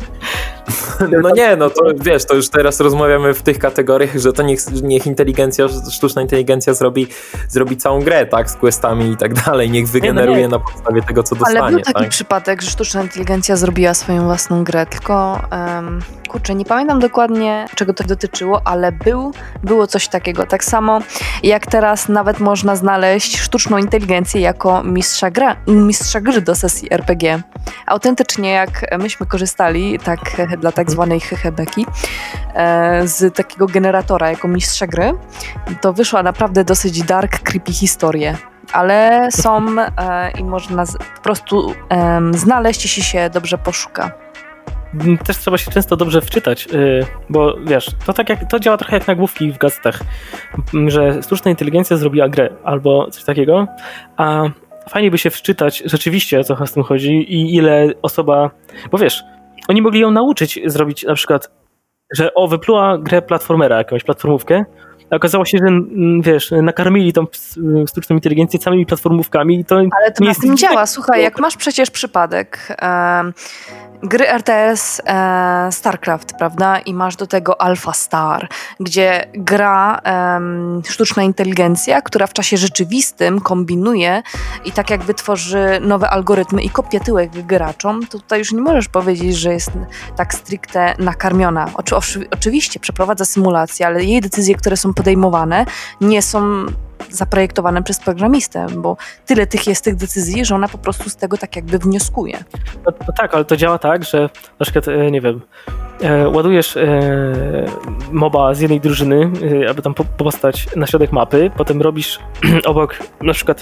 Speaker 3: No nie, no to wiesz, to już teraz rozmawiamy w tych kategoriach, że to niech sztuczna inteligencja zrobi całą grę, tak, z questami i tak dalej, niech wygeneruje na podstawie tego, co dostanie.
Speaker 1: Ale był taki
Speaker 3: tak?
Speaker 1: przypadek, że sztuczna inteligencja zrobiła swoją własną grę, tylko kurczę, nie pamiętam dokładnie, czego to dotyczyło, ale było coś takiego. Tak samo jak teraz nawet można znaleźć sztuczną inteligencję jako mistrza gry do sesji RPG. Autentycznie jak myśmy korzystali, tak dla tak zwanej hehebeki, z takiego generatora jako mistrza gry, to wyszła naprawdę dosyć dark, creepy historie. Ale są i można po prostu znaleźć, jeśli się dobrze poszuka.
Speaker 2: Też trzeba się często dobrze wczytać, bo wiesz, to działa trochę jak nagłówki w gazetach, że sztuczna inteligencja zrobiła grę albo coś takiego, a fajnie by się wczytać rzeczywiście, o co z tym chodzi i ile osoba, bo wiesz, oni mogli ją nauczyć zrobić na przykład, że wypluła grę platformera, jakąś platformówkę, a okazało się, że wiesz, nakarmili tą sztuczną inteligencję samymi platformówkami.
Speaker 1: Ale to na tym działa. Słuchaj, jak masz przecież przypadek gry RTS StarCraft, prawda? I masz do tego Alpha Star, gdzie gra sztuczna inteligencja, która w czasie rzeczywistym kombinuje i tak jakby tworzy nowe algorytmy i kopie tyłek graczom, to tutaj już nie możesz powiedzieć, że jest tak stricte nakarmiona. Oczywiście przeprowadza symulację, ale jej decyzje, które są podejmowane, nie są zaprojektowane przez programistę, bo tyle tych decyzji, że ona po prostu z tego tak jakby wnioskuje.
Speaker 2: No tak, ale to działa tak, że na przykład, nie wiem, ładujesz moba z jednej drużyny, aby tam postać na środek mapy, potem robisz obok na przykład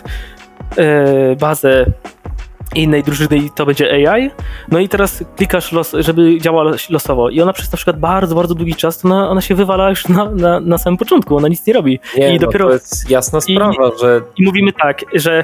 Speaker 2: bazę innej drużyny i to będzie AI, no i teraz klikasz żeby działała losowo i ona przez na przykład bardzo, bardzo długi czas, to ona się wywala już na samym początku, ona nic nie robi.
Speaker 3: Nie, dopiero to jest jasna sprawa, że...
Speaker 2: I mówimy tak, że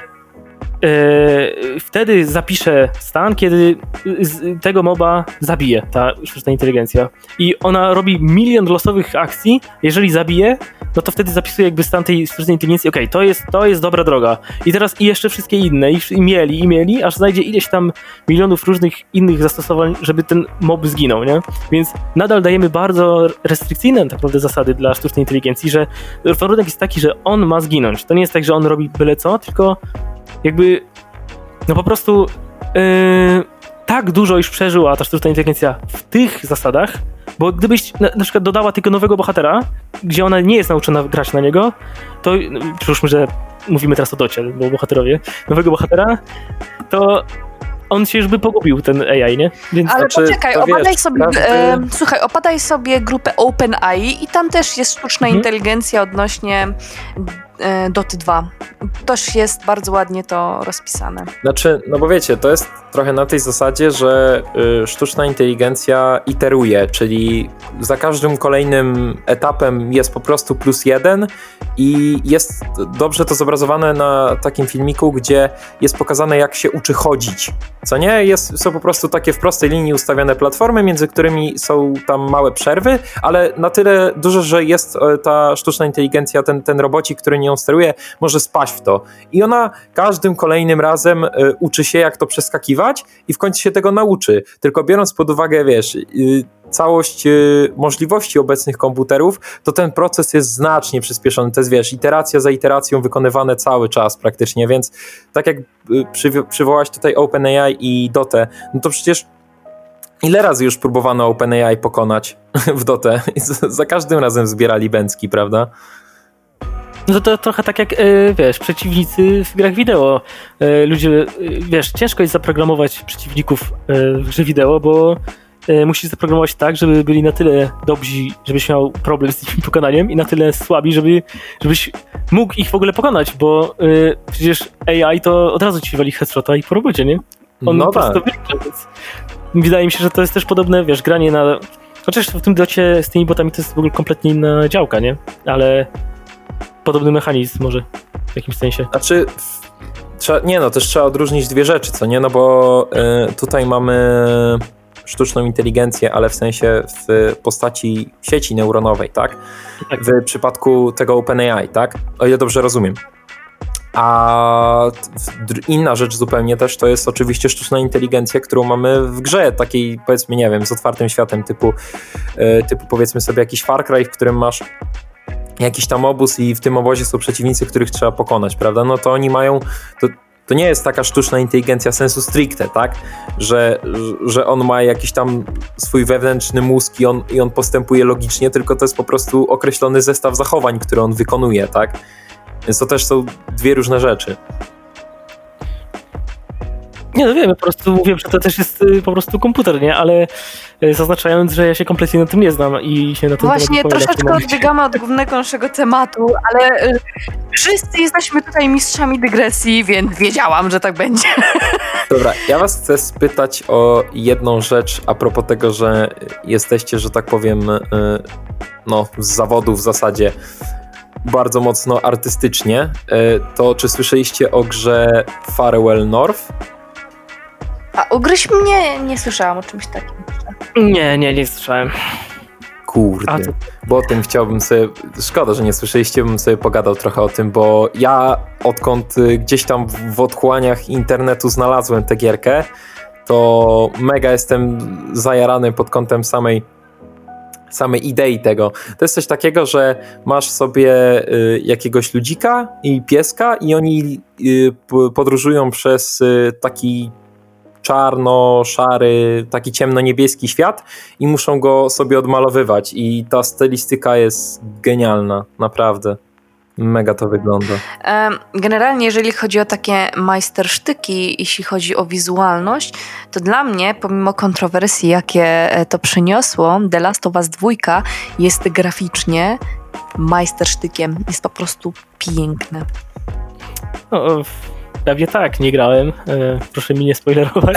Speaker 2: wtedy zapisze stan, kiedy tego moba zabije ta sztuczna inteligencja. I ona robi milion losowych akcji, jeżeli zabije, no to wtedy zapisuje jakby stan tej sztucznej inteligencji, okej, to jest dobra droga. I teraz i jeszcze wszystkie inne, i mieli, aż znajdzie ileś tam milionów różnych innych zastosowań, żeby ten mob zginął, nie? Więc nadal dajemy bardzo restrykcyjne tak naprawdę zasady dla sztucznej inteligencji, że warunek jest taki, że on ma zginąć. To nie jest tak, że on robi byle co, tylko jakby, no po prostu tak dużo już przeżyła ta sztuczna inteligencja w tych zasadach, bo gdybyś na przykład dodała tylko nowego bohatera, gdzie ona nie jest nauczona grać na niego, to przypuśćmy, że mówimy teraz o Docie, bo bohaterowie, nowego bohatera, to on się już by pogubił, ten AI, nie? Więc
Speaker 1: ale poczekaj, opadaj sobie grupę OpenAI i tam też jest sztuczna inteligencja odnośnie Doty 2. Też jest bardzo ładnie to rozpisane.
Speaker 3: Znaczy, no bo wiecie, to jest trochę na tej zasadzie, że sztuczna inteligencja iteruje, czyli za każdym kolejnym etapem jest po prostu +1 i jest dobrze to zobrazowane na takim filmiku, gdzie jest pokazane, jak się uczy chodzić. Co nie? Są po prostu takie w prostej linii ustawione platformy, między którymi są tam małe przerwy, ale na tyle duże, że jest ta sztuczna inteligencja, ten robocik, który nią steruje, może spaść w to. I ona każdym kolejnym razem uczy się, jak to przeskakiwać i w końcu się tego nauczy. Tylko biorąc pod uwagę, wiesz, całość możliwości obecnych komputerów, to ten proces jest znacznie przyspieszony. To jest, wiesz, iteracja za iteracją wykonywane cały czas praktycznie, więc tak jak przywołałaś tutaj OpenAI i Dotę, no to przecież ile razy już próbowano OpenAI pokonać w Dotę? Za każdym razem zbierali bęcki, prawda?
Speaker 2: No to trochę tak jak, wiesz, przeciwnicy w grach wideo. Ludzie, wiesz, ciężko jest zaprogramować przeciwników w grze wideo, bo musisz zaprogramować tak, żeby byli na tyle dobrzy, żebyś miał problem z ich pokonaniem i na tyle słabi, żebyś mógł ich w ogóle pokonać, bo przecież AI to od razu ci wali headshota i po robocie, nie? On
Speaker 3: No
Speaker 2: po prostu
Speaker 3: tak.
Speaker 2: wylicza, więc wydaje mi się, że to jest też podobne, wiesz, granie na... Chociaż w tym docie z tymi botami to jest w ogóle kompletnie inna działka, nie? Ale podobny mechanizm może w jakimś sensie.
Speaker 3: Znaczy, też trzeba odróżnić dwie rzeczy, co nie? No bo tutaj mamy sztuczną inteligencję, ale w sensie w postaci sieci neuronowej, tak?
Speaker 2: Tak.
Speaker 3: W przypadku tego OpenAI, tak? O ile dobrze rozumiem. A inna rzecz zupełnie też to jest oczywiście sztuczna inteligencja, którą mamy w grze takiej, powiedzmy, nie wiem, z otwartym światem typu powiedzmy sobie jakiś Far Cry, w którym masz jakiś tam obóz i w tym obozie są przeciwnicy, których trzeba pokonać, prawda? No to oni mają... To nie jest taka sztuczna inteligencja sensu stricte, tak? Że on ma jakiś tam swój wewnętrzny mózg i on postępuje logicznie, tylko to jest po prostu określony zestaw zachowań, które on wykonuje, tak? Więc to też są dwie różne rzeczy.
Speaker 2: Nie, no wiem, ja po prostu mówię, że to też jest po prostu komputer, nie? Ale zaznaczając, że ja się kompletnie na tym nie znam i się na tym
Speaker 1: Właśnie
Speaker 2: temat
Speaker 1: troszeczkę odbiegamy od głównego naszego tematu, ale wszyscy jesteśmy tutaj mistrzami dygresji, więc wiedziałam, że tak będzie.
Speaker 3: Dobra, ja was chcę spytać o jedną rzecz a propos tego, że jesteście, że tak powiem, no z zawodu w zasadzie bardzo mocno artystycznie. To czy słyszeliście o grze Farewell North?
Speaker 1: A ugryź mnie, nie słyszałam o czymś takim.
Speaker 2: Nie słyszałem.
Speaker 3: Kurde, bo o tym chciałbym sobie, szkoda, że nie słyszeliście, bym sobie pogadał trochę o tym, bo ja odkąd gdzieś tam w otchłaniach internetu znalazłem tę gierkę, to mega jestem zajarany pod kątem samej idei tego. To jest coś takiego, że masz sobie jakiegoś ludzika i pieska i oni podróżują przez taki czarno-szary, taki ciemno-niebieski świat i muszą go sobie odmalowywać i ta stylistyka jest genialna, naprawdę. Mega to wygląda.
Speaker 1: Generalnie, jeżeli chodzi o takie majstersztyki, jeśli chodzi o wizualność, to dla mnie, pomimo kontrowersji, jakie to przyniosło, The Last of Us 2 jest graficznie majstersztykiem. Jest po prostu piękne.
Speaker 2: No, prawie tak, nie grałem. Proszę mi nie spoilerować.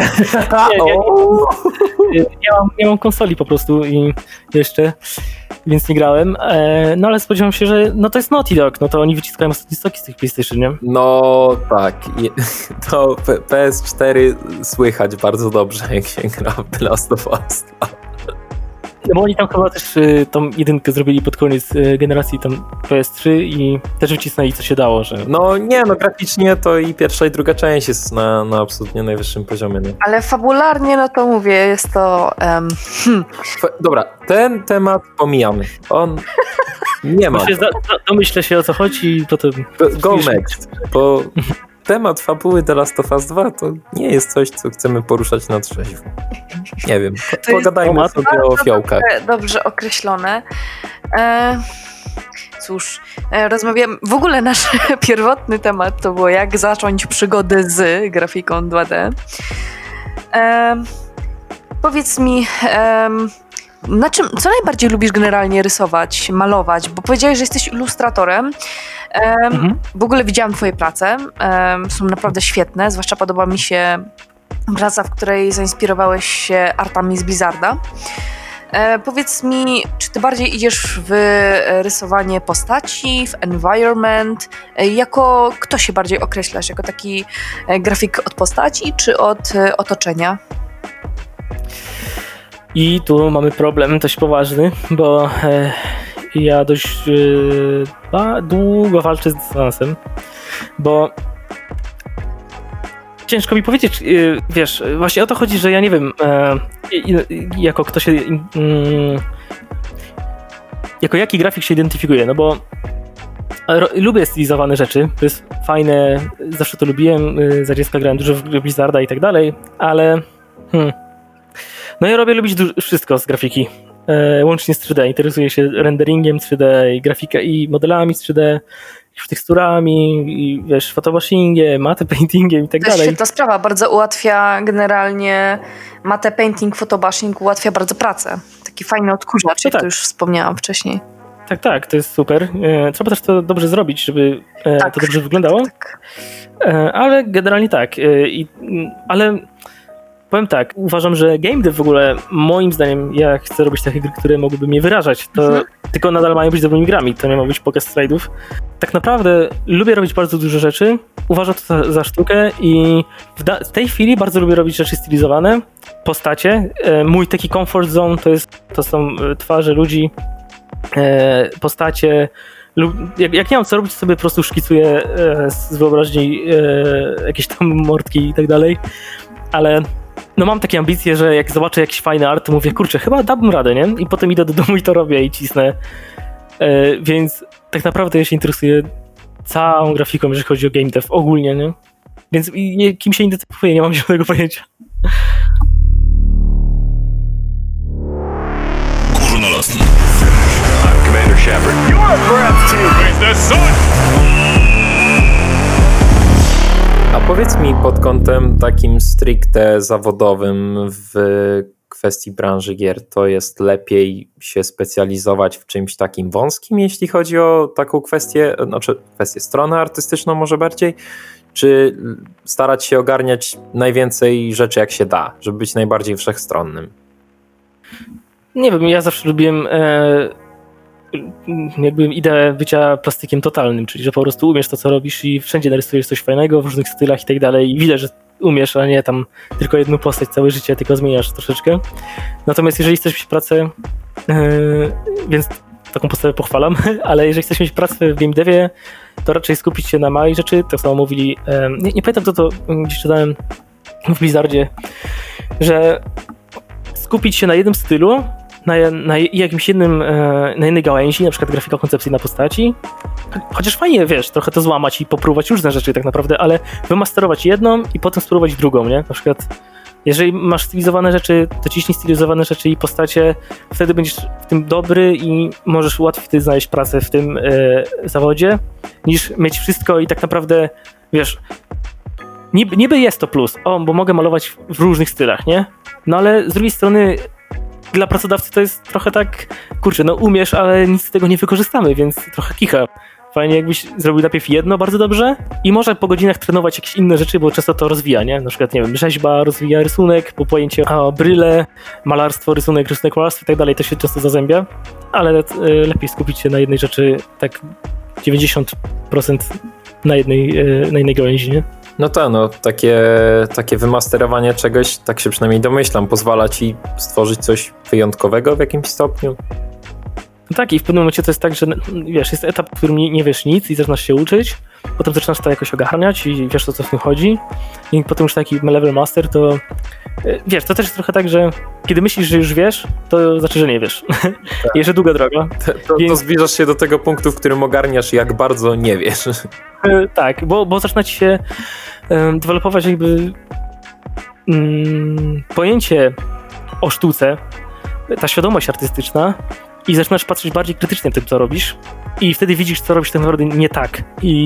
Speaker 2: Nie mam konsoli po prostu i jeszcze, więc nie grałem. No ale spodziewam się, że no to jest Naughty Dog, no to oni wyciskają ostatnie stoki z tych PlayStation, nie?
Speaker 3: No tak, to PS4 słychać bardzo dobrze, jak się gra w The Last of Us 2.
Speaker 2: No bo oni tam chyba też tą jedynkę zrobili pod koniec generacji tam PS3 i też wycisnęli co się dało, że...
Speaker 3: No nie, no graficznie to i pierwsza i druga część jest na absolutnie najwyższym poziomie. Nie?
Speaker 1: Ale fabularnie, no to mówię, jest to...
Speaker 3: Dobra, ten temat pomijamy. On nie ma.
Speaker 2: Domyślę się o co chodzi i potem...
Speaker 3: Go next, bo temat fabuły The Last of Us 2 to nie jest coś, co chcemy poruszać na trzeźwo. Nie wiem, pogadajmy sobie o fiołkach.
Speaker 1: Dobrze określone. Cóż, rozmawiam... W ogóle nasz pierwotny temat to było jak zacząć przygodę z grafiką 2D. Powiedz mi... co najbardziej lubisz generalnie rysować, malować? Bo powiedziałeś, że jesteś ilustratorem. W ogóle widziałam twoje prace. Są naprawdę świetne. Zwłaszcza podoba mi się praca, w której zainspirowałeś się artami z Blizzarda. Powiedz mi, czy ty bardziej idziesz w rysowanie postaci, w environment? Jako kto się bardziej określasz? Jako taki grafik od postaci, czy od otoczenia?
Speaker 2: I tu mamy problem dość poważny, bo ja dość długo walczę z dysonansem, bo ciężko mi powiedzieć, wiesz, właśnie o to chodzi, że ja nie wiem, jako kto się, jako jaki grafik się identyfikuje, no bo lubię stylizowane rzeczy, to jest fajne, zawsze to lubiłem, za dziecka grałem dużo w Blizzarda i tak dalej, ale no ja lubić wszystko z grafiki, łącznie z 3D, interesuję się renderingiem 3D i grafiką i modelami z 3D teksturami, i wiesz, photowashingiem, matte paintingiem i tak
Speaker 1: To jest
Speaker 2: dalej.
Speaker 1: świetna sprawa, bardzo ułatwia generalnie matte painting, photobashing ułatwia bardzo pracę. Taki fajny odkurzacz,
Speaker 2: No
Speaker 1: jak
Speaker 2: tak.
Speaker 1: to już wspomniałam wcześniej.
Speaker 2: Tak, to jest super. Trzeba też to dobrze zrobić, żeby to dobrze wyglądało.
Speaker 1: Tak.
Speaker 2: Ale generalnie tak. Ale powiem tak, uważam, że game dev w ogóle, moim zdaniem, ja chcę robić takie gry, które mogłyby mnie wyrażać, to tylko nadal mają być dobrymi grami, to nie ma być pokaz slajdów. Tak naprawdę lubię robić bardzo dużo rzeczy, uważam to za sztukę i w tej chwili bardzo lubię robić rzeczy stylizowane, postacie. Mój taki comfort zone to są twarze ludzi, postacie. Jak nie mam co robić, to sobie po prostu szkicuję z wyobraźni jakieś tam mordki i tak dalej, ale no mam takie ambicje, że jak zobaczę jakiś fajny art, to mówię, kurczę, chyba dałbym radę, nie? I potem idę do domu i to robię i cisnę. Więc tak naprawdę ja się interesuję całą grafiką, jeżeli chodzi o game dev ogólnie, nie? Więc kim się identyfikuję, nie mam żadnego pojęcia.
Speaker 4: Górnolotny. I'm Commander Shepard. You're breathtaking. Praise the sun.
Speaker 3: A powiedz mi pod kątem takim stricte zawodowym w kwestii branży gier, to jest lepiej się specjalizować w czymś takim wąskim, jeśli chodzi o taką kwestię, znaczy kwestię stronę artystyczną może bardziej, czy starać się ogarniać najwięcej rzeczy jak się da, żeby być najbardziej wszechstronnym?
Speaker 2: Nie wiem, ja zawsze lubiłem jakby ideę bycia plastykiem totalnym, czyli że po prostu umiesz to, co robisz i wszędzie narysujesz coś fajnego w różnych stylach i tak dalej i widać, że umiesz, a nie tam tylko jedną postać całe życie, tylko zmieniasz troszeczkę. Natomiast jeżeli chcesz mieć pracę, więc taką postawę pochwalam, ale jeżeli chcesz mieć pracę w game devie, to raczej skupić się na małej rzeczy, tak samo mówili, nie pamiętam kto to gdzieś czytałem w Blizzardzie, że skupić się na jednym stylu, na jakimś jednym, na jednej gałęzi, na przykład grafika koncepcyjna postaci, chociaż fajnie, wiesz, trochę to złamać i popróbować różne rzeczy tak naprawdę, ale wymasterować jedną i potem spróbować drugą, nie? Na przykład jeżeli masz stylizowane rzeczy, to ciśnij stylizowane rzeczy i postacie, wtedy będziesz w tym dobry i możesz łatwiej wtedy znaleźć pracę w tym zawodzie, niż mieć wszystko i tak naprawdę, wiesz, niby jest to plus, bo mogę malować w różnych stylach, nie? No ale z drugiej strony dla pracodawcy to jest trochę tak, kurczę, no umiesz, ale nic z tego nie wykorzystamy, więc trochę kicha. Fajnie jakbyś zrobił najpierw jedno bardzo dobrze i może po godzinach trenować jakieś inne rzeczy, bo często to rozwija, nie? Na przykład, nie wiem, rzeźba rozwija rysunek, po pojęcie bryle, malarstwo, rysunek, malarstwo i tak dalej, to się często zazębia, ale lepiej skupić się na jednej rzeczy, tak 90% na jednej gałęzi, nie?
Speaker 3: No tak, no takie wymasterowanie czegoś, tak się przynajmniej domyślam, pozwala ci stworzyć coś wyjątkowego w jakimś stopniu.
Speaker 2: No tak, i w pewnym momencie to jest tak, że wiesz, jest etap, w którym nie wiesz nic i zaczynasz się uczyć, potem zaczynasz to jakoś ogarniać i wiesz, o co w tym chodzi i potem już taki level master, to wiesz, to też jest trochę tak, że kiedy myślisz, że już wiesz, to znaczy, że nie wiesz. Tak. Jeszcze długa droga.
Speaker 3: To zbliżasz się do tego punktu, w którym ogarniasz, jak bardzo nie wiesz.
Speaker 2: Tak, bo zaczyna ci się dewelopować jakby pojęcie o sztuce, ta świadomość artystyczna i zaczynasz patrzeć bardziej krytycznie tym, co robisz i wtedy widzisz, co robisz tak naprawdę nie tak.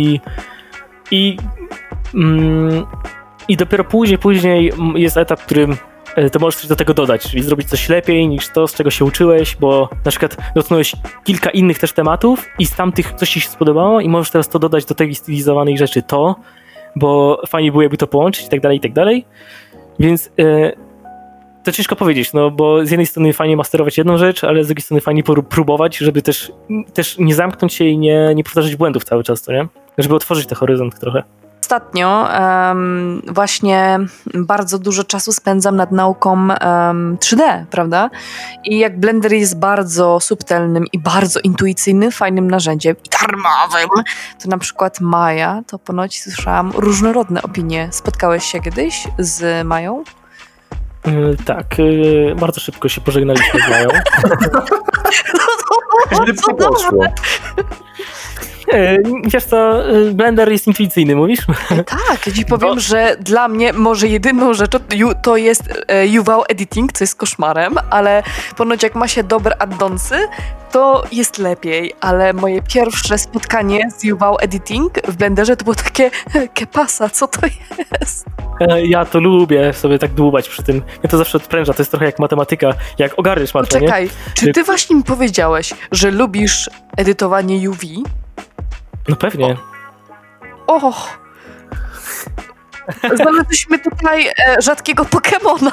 Speaker 2: I dopiero później jest etap, w którym to możesz coś do tego dodać, czyli zrobić coś lepiej niż to, z czego się uczyłeś, bo na przykład dotknąłeś kilka innych też tematów i z tamtych coś ci się spodobało i możesz teraz to dodać do tej stylizowanej rzeczy bo fajnie było jakby to połączyć i tak dalej. Więc to ciężko powiedzieć, no bo z jednej strony fajnie masterować jedną rzecz, ale z drugiej strony fajnie próbować, żeby też nie zamknąć się i nie powtarzać błędów cały czas, to nie? Żeby otworzyć ten horyzont trochę.
Speaker 1: Ostatnio właśnie bardzo dużo czasu spędzam nad nauką 3D, prawda? I jak Blender jest bardzo subtelnym i bardzo intuicyjnym, fajnym narzędziem i darmowym, to na przykład Maya, to ponoć słyszałam różnorodne opinie. Spotkałeś się kiedyś z Mają?
Speaker 2: Tak, bardzo szybko się pożegnaliśmy z Mają.
Speaker 3: Szybko poszło.
Speaker 2: Wiesz co, Blender jest intuicyjny, mówisz?
Speaker 1: Tak, ja ci powiem, że dla mnie może jedyną rzeczą to jest UV editing, co jest koszmarem, ale ponoć jak ma się dobre addonsy, to jest lepiej, ale moje pierwsze spotkanie z UV editing w Blenderze to było takie kepasa, co to jest?
Speaker 2: Ja to lubię sobie tak dłubać przy tym. Mnie to zawsze odpręża, to jest trochę jak matematyka, jak ogarniesz matmę, nie?
Speaker 1: Poczekaj, czy ty właśnie mi powiedziałeś, że lubisz edytowanie UV?
Speaker 2: No pewnie.
Speaker 1: Och! Znaleźliśmy tutaj rzadkiego Pokemona.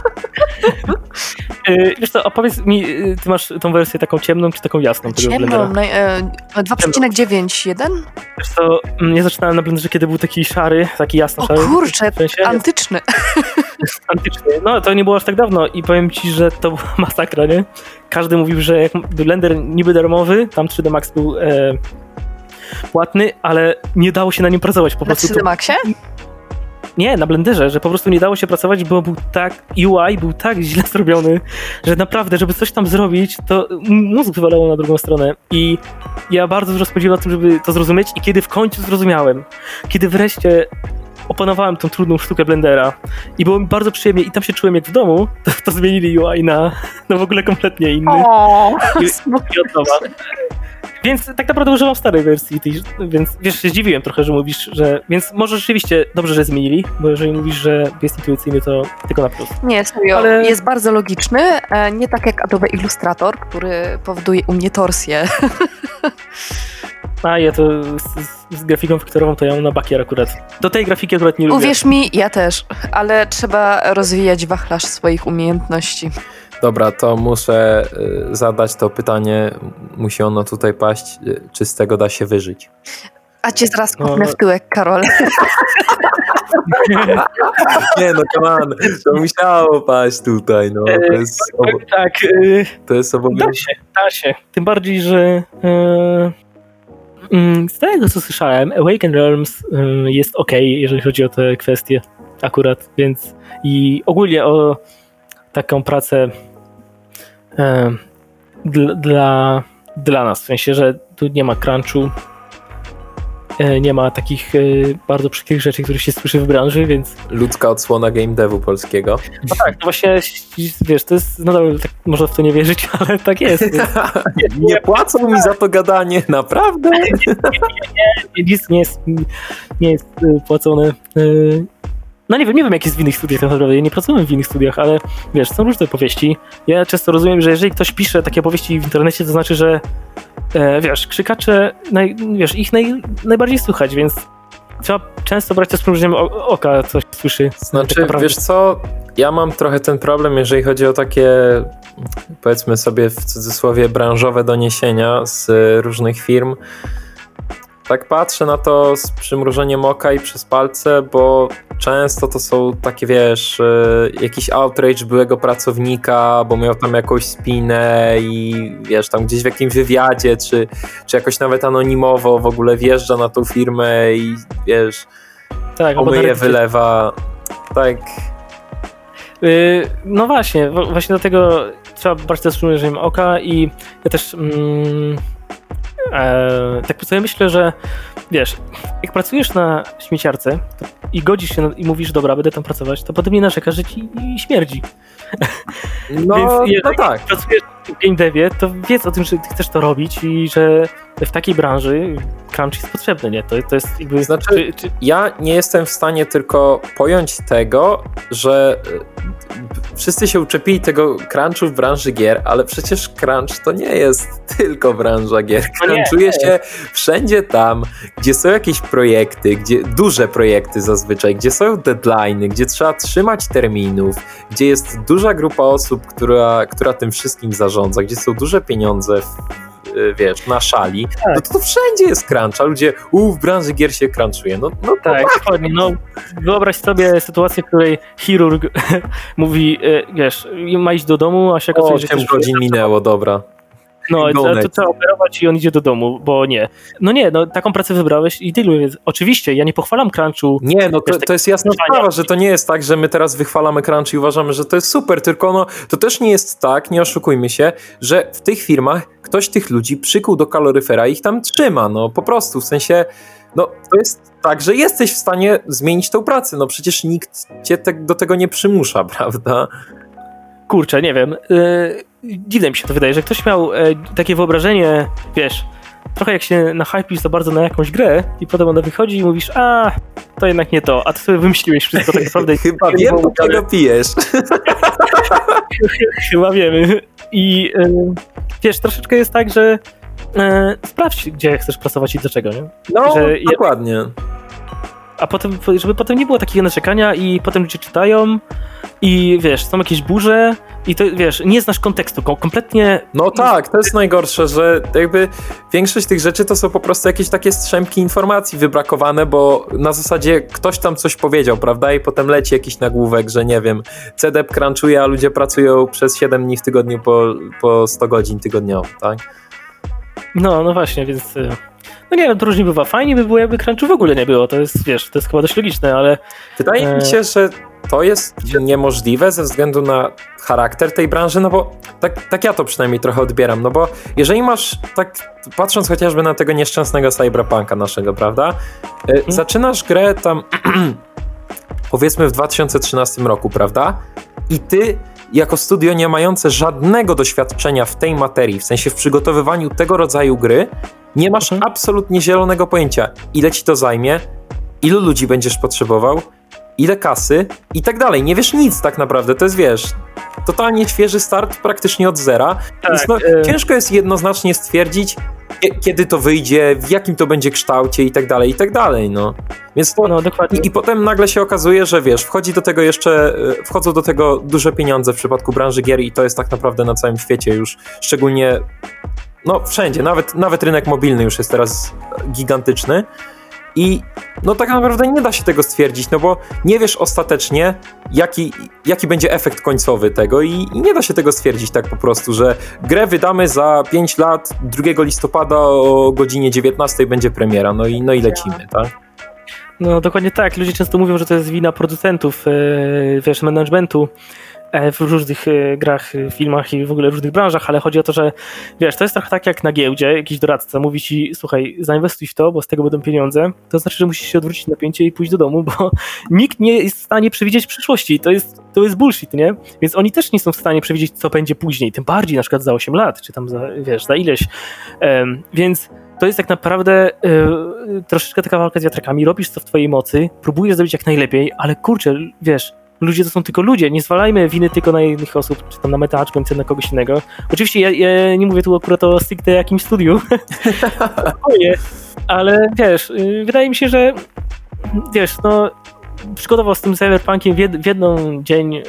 Speaker 2: Wiesz co, opowiedz mi, ty masz tą wersję taką ciemną czy taką jasną tego Blendera?
Speaker 1: Ciemną, 2,91?
Speaker 2: Wiesz co, ja zaczynałem na Blenderze, kiedy był taki szary, taki jasno
Speaker 1: O
Speaker 2: szary.
Speaker 1: kurczę,
Speaker 2: w sensie,
Speaker 1: antyczny.
Speaker 2: antyczny. No to nie było aż tak dawno i powiem ci, że to była masakra, nie? Każdy mówił, że jak Blender niby darmowy, tam 3D Max był płatny, ale nie dało się na nim pracować. Po
Speaker 1: Na
Speaker 2: prostu
Speaker 1: 3D Maxie?
Speaker 2: Nie, na Blenderze, że po prostu nie dało się pracować, bo był tak, UI był tak źle zrobiony, że naprawdę, żeby coś tam zrobić, to mózg wywalało na drugą stronę. I ja bardzo dużo spędziłem na tym, żeby to zrozumieć i kiedy w końcu zrozumiałem, kiedy wreszcie opanowałem tą trudną sztukę Blendera i było mi bardzo przyjemnie i tam się czułem jak w domu, to zmienili UI na w ogóle kompletnie inny. I od nowa. Więc tak naprawdę używam starej wersji, więc wiesz, się zdziwiłem trochę, że mówisz, że... Więc może rzeczywiście dobrze, że zmienili, bo jeżeli mówisz, że jest intuicyjny, to tylko na plus.
Speaker 1: Nie, serio,
Speaker 2: Ale...
Speaker 1: jest bardzo logiczny, nie tak jak Adobe Illustrator, który powoduje u mnie torsję.
Speaker 2: A ja to z grafiką wektorową to ja mam na bakier akurat. Do tej grafiki akurat nie lubię.
Speaker 1: Uwierz mi, ja też, ale trzeba rozwijać wachlarz swoich umiejętności.
Speaker 3: Dobra, to muszę zadać to pytanie, musi ono tutaj paść, czy z tego da się wyżyć?
Speaker 1: A cię zaraz kopnę w tyłek, Karol.
Speaker 3: Nie no, come on, to musiało paść tutaj, no. To jest to jest obowiązek.
Speaker 2: Da się. Tym bardziej, że z tego co słyszałem, Awaken Realms jest okej, jeżeli chodzi o te kwestie akurat, więc i ogólnie o taką pracę dla nas, w sensie, że tu nie ma crunchu, nie ma takich bardzo przykrych rzeczy, których się słyszy w branży, więc...
Speaker 3: Ludzka odsłona game devu polskiego.
Speaker 2: No tak, to właśnie, wiesz, to jest, no dobra, tak, można w to nie wierzyć, ale tak jest.
Speaker 3: Nie płacą mi za to gadanie, naprawdę?
Speaker 2: Nic nie jest płacone. No nie wiem jak jest w innych studiach tak naprawdę, ja nie pracowałem w innych studiach, ale wiesz, są różne opowieści. Ja często rozumiem, że jeżeli ktoś pisze takie opowieści w internecie, to znaczy, że wiesz, krzykacze, ich najbardziej słychać, więc trzeba często brać to z przymrużeniem oka, coś słyszy.
Speaker 3: Znaczy, wiesz co, ja mam trochę ten problem, jeżeli chodzi o takie, powiedzmy sobie w cudzysłowie, branżowe doniesienia z różnych firm. Tak patrzę na to z przymrużeniem oka i przez palce, bo często to są takie, wiesz, jakiś outrage byłego pracownika, bo miał tam jakąś spinę i wiesz, tam gdzieś w jakimś wywiadzie, czy jakoś nawet anonimowo w ogóle wjeżdża na tą firmę i wiesz,
Speaker 2: tak,
Speaker 3: pomyje, wylewa, tak.
Speaker 2: No właśnie dlatego trzeba brać to z przymrużeniem oka i ja też... tak sobie myślę, że wiesz, jak pracujesz na śmieciarce i godzisz się i mówisz, dobra, będę tam pracować, to potem nie narzekasz, że ci śmierdzi.
Speaker 3: No,
Speaker 2: więc jeżeli
Speaker 3: no tak.
Speaker 2: pracujesz w game devie, to wiedz o tym, że ty chcesz to robić i że w takiej branży crunch jest potrzebny, nie? To jest jakby...
Speaker 3: Znaczy, ja nie jestem w stanie tylko pojąć tego, że wszyscy się uczepili tego crunchu w branży gier, ale przecież crunch to nie jest tylko branża gier. Crunchuje się wszędzie tam, gdzie są jakieś projekty, duże projekty zazwyczaj, gdzie są deadline'y, gdzie trzeba trzymać terminów, gdzie jest duża grupa osób, która tym wszystkim zarządza, gdzie są duże pieniądze wiesz, na szali, tak. No to wszędzie jest crunch, a ludzie w branży gier się crunchuje. No
Speaker 2: tak, dokładnie. No, wyobraź sobie sytuację, w której chirurg mówi, wiesz, ma iść do domu, a się okazuje, że
Speaker 3: 8 godzin minęło, dobra.
Speaker 2: No, to trzeba operować i on idzie do domu, bo nie. No taką pracę wybrałeś i tylu. Oczywiście, ja nie pochwalam crunchu.
Speaker 3: Nie, no to jest jasna sprawa, że to nie jest tak, że my teraz wychwalamy crunch i uważamy, że to jest super, tylko no, to też nie jest tak, nie oszukujmy się, że w tych firmach ktoś tych ludzi przykuł do kaloryfera i ich tam trzyma, no po prostu, w sensie, no to jest tak, że jesteś w stanie zmienić tą pracę, no przecież nikt cię do tego nie przymusza, prawda?
Speaker 2: Kurczę, nie wiem, dziwne mi się to wydaje, że ktoś miał takie wyobrażenie, wiesz, trochę jak się nahypisz za bardzo na jakąś grę i potem ona wychodzi i mówisz, to jednak nie to, a ty sobie wymyśliłeś wszystko tak naprawdę.
Speaker 3: Chyba wiem, do czego pijesz.
Speaker 2: Chyba wiemy. I wiesz, troszeczkę jest tak, że sprawdź, gdzie chcesz pracować i dlaczego, nie?
Speaker 3: No, dokładnie.
Speaker 2: A potem, żeby potem nie było takiego naczekania i potem ludzie czytają i wiesz, są jakieś burze i to, wiesz, nie znasz kontekstu, kompletnie...
Speaker 3: No tak, to jest najgorsze, że jakby większość tych rzeczy to są po prostu jakieś takie strzępki informacji wybrakowane, bo na zasadzie ktoś tam coś powiedział, prawda, i potem leci jakiś nagłówek, że nie wiem, CDEP crunchuje, a ludzie pracują przez 7 dni w tygodniu po 100 godzin tygodniowo, tak?
Speaker 2: No właśnie, więc... No nie wiem, to różnie bywa. Fajnie by było, jakby crunchu w ogóle nie było. To jest, wiesz, to jest chyba dość logiczne, ale...
Speaker 3: Wydaje mi się, że to jest niemożliwe ze względu na charakter tej branży, no bo tak ja to przynajmniej trochę odbieram, no bo jeżeli masz, tak patrząc chociażby na tego nieszczęsnego Cyberpunka naszego, prawda? Zaczynasz grę tam powiedzmy w 2013 roku, prawda? I ty jako studio nie mające żadnego doświadczenia w tej materii, w sensie w przygotowywaniu tego rodzaju gry, nie masz absolutnie zielonego pojęcia, ile ci to zajmie, ilu ludzi będziesz potrzebował, ile kasy i tak dalej. Nie wiesz nic tak naprawdę, to jest, wiesz, totalnie świeży start praktycznie od zera. Tak, więc no, ciężko jest jednoznacznie stwierdzić, kiedy to wyjdzie, w jakim to będzie kształcie i tak dalej, no. Więc to,
Speaker 2: no, dokładnie.
Speaker 3: I potem nagle się okazuje, że wiesz, wchodzą do tego duże pieniądze w przypadku branży gier i to jest tak naprawdę na całym świecie już, szczególnie no wszędzie, nawet rynek mobilny już jest teraz gigantyczny i no tak naprawdę nie da się tego stwierdzić, no bo nie wiesz ostatecznie jaki będzie efekt końcowy tego i nie da się tego stwierdzić tak po prostu, że grę wydamy za 5 lat, 2 listopada o godzinie 19 będzie premiera, no i lecimy, tak?
Speaker 2: No dokładnie tak, ludzie często mówią, że to jest wina producentów, wiesz, managementu w różnych grach, filmach i w ogóle w różnych branżach, ale chodzi o to, że wiesz, to jest trochę tak jak na giełdzie, jakiś doradca mówi ci, słuchaj, zainwestuj w to, bo z tego będą pieniądze, to znaczy, że musisz się odwrócić napięcie i pójść do domu, bo nikt nie jest w stanie przewidzieć przyszłości, to jest bullshit, nie? Więc oni też nie są w stanie przewidzieć, co będzie później, tym bardziej na przykład za 8 lat, czy tam za ileś, więc to jest tak naprawdę troszeczkę taka walka z wiatrakami, robisz co w twojej mocy, próbujesz zrobić jak najlepiej, ale kurczę, wiesz, ludzie to są tylko ludzie, nie zwalajmy winy tylko na innych osób, czy tam na MetaHunt, czy na kogoś innego. Oczywiście ja nie mówię tu akurat o stricte jakimś studiu, ale wiesz, wydaje mi się, że wiesz, no przygotował z tym Cyberpunkiem w jeden dzień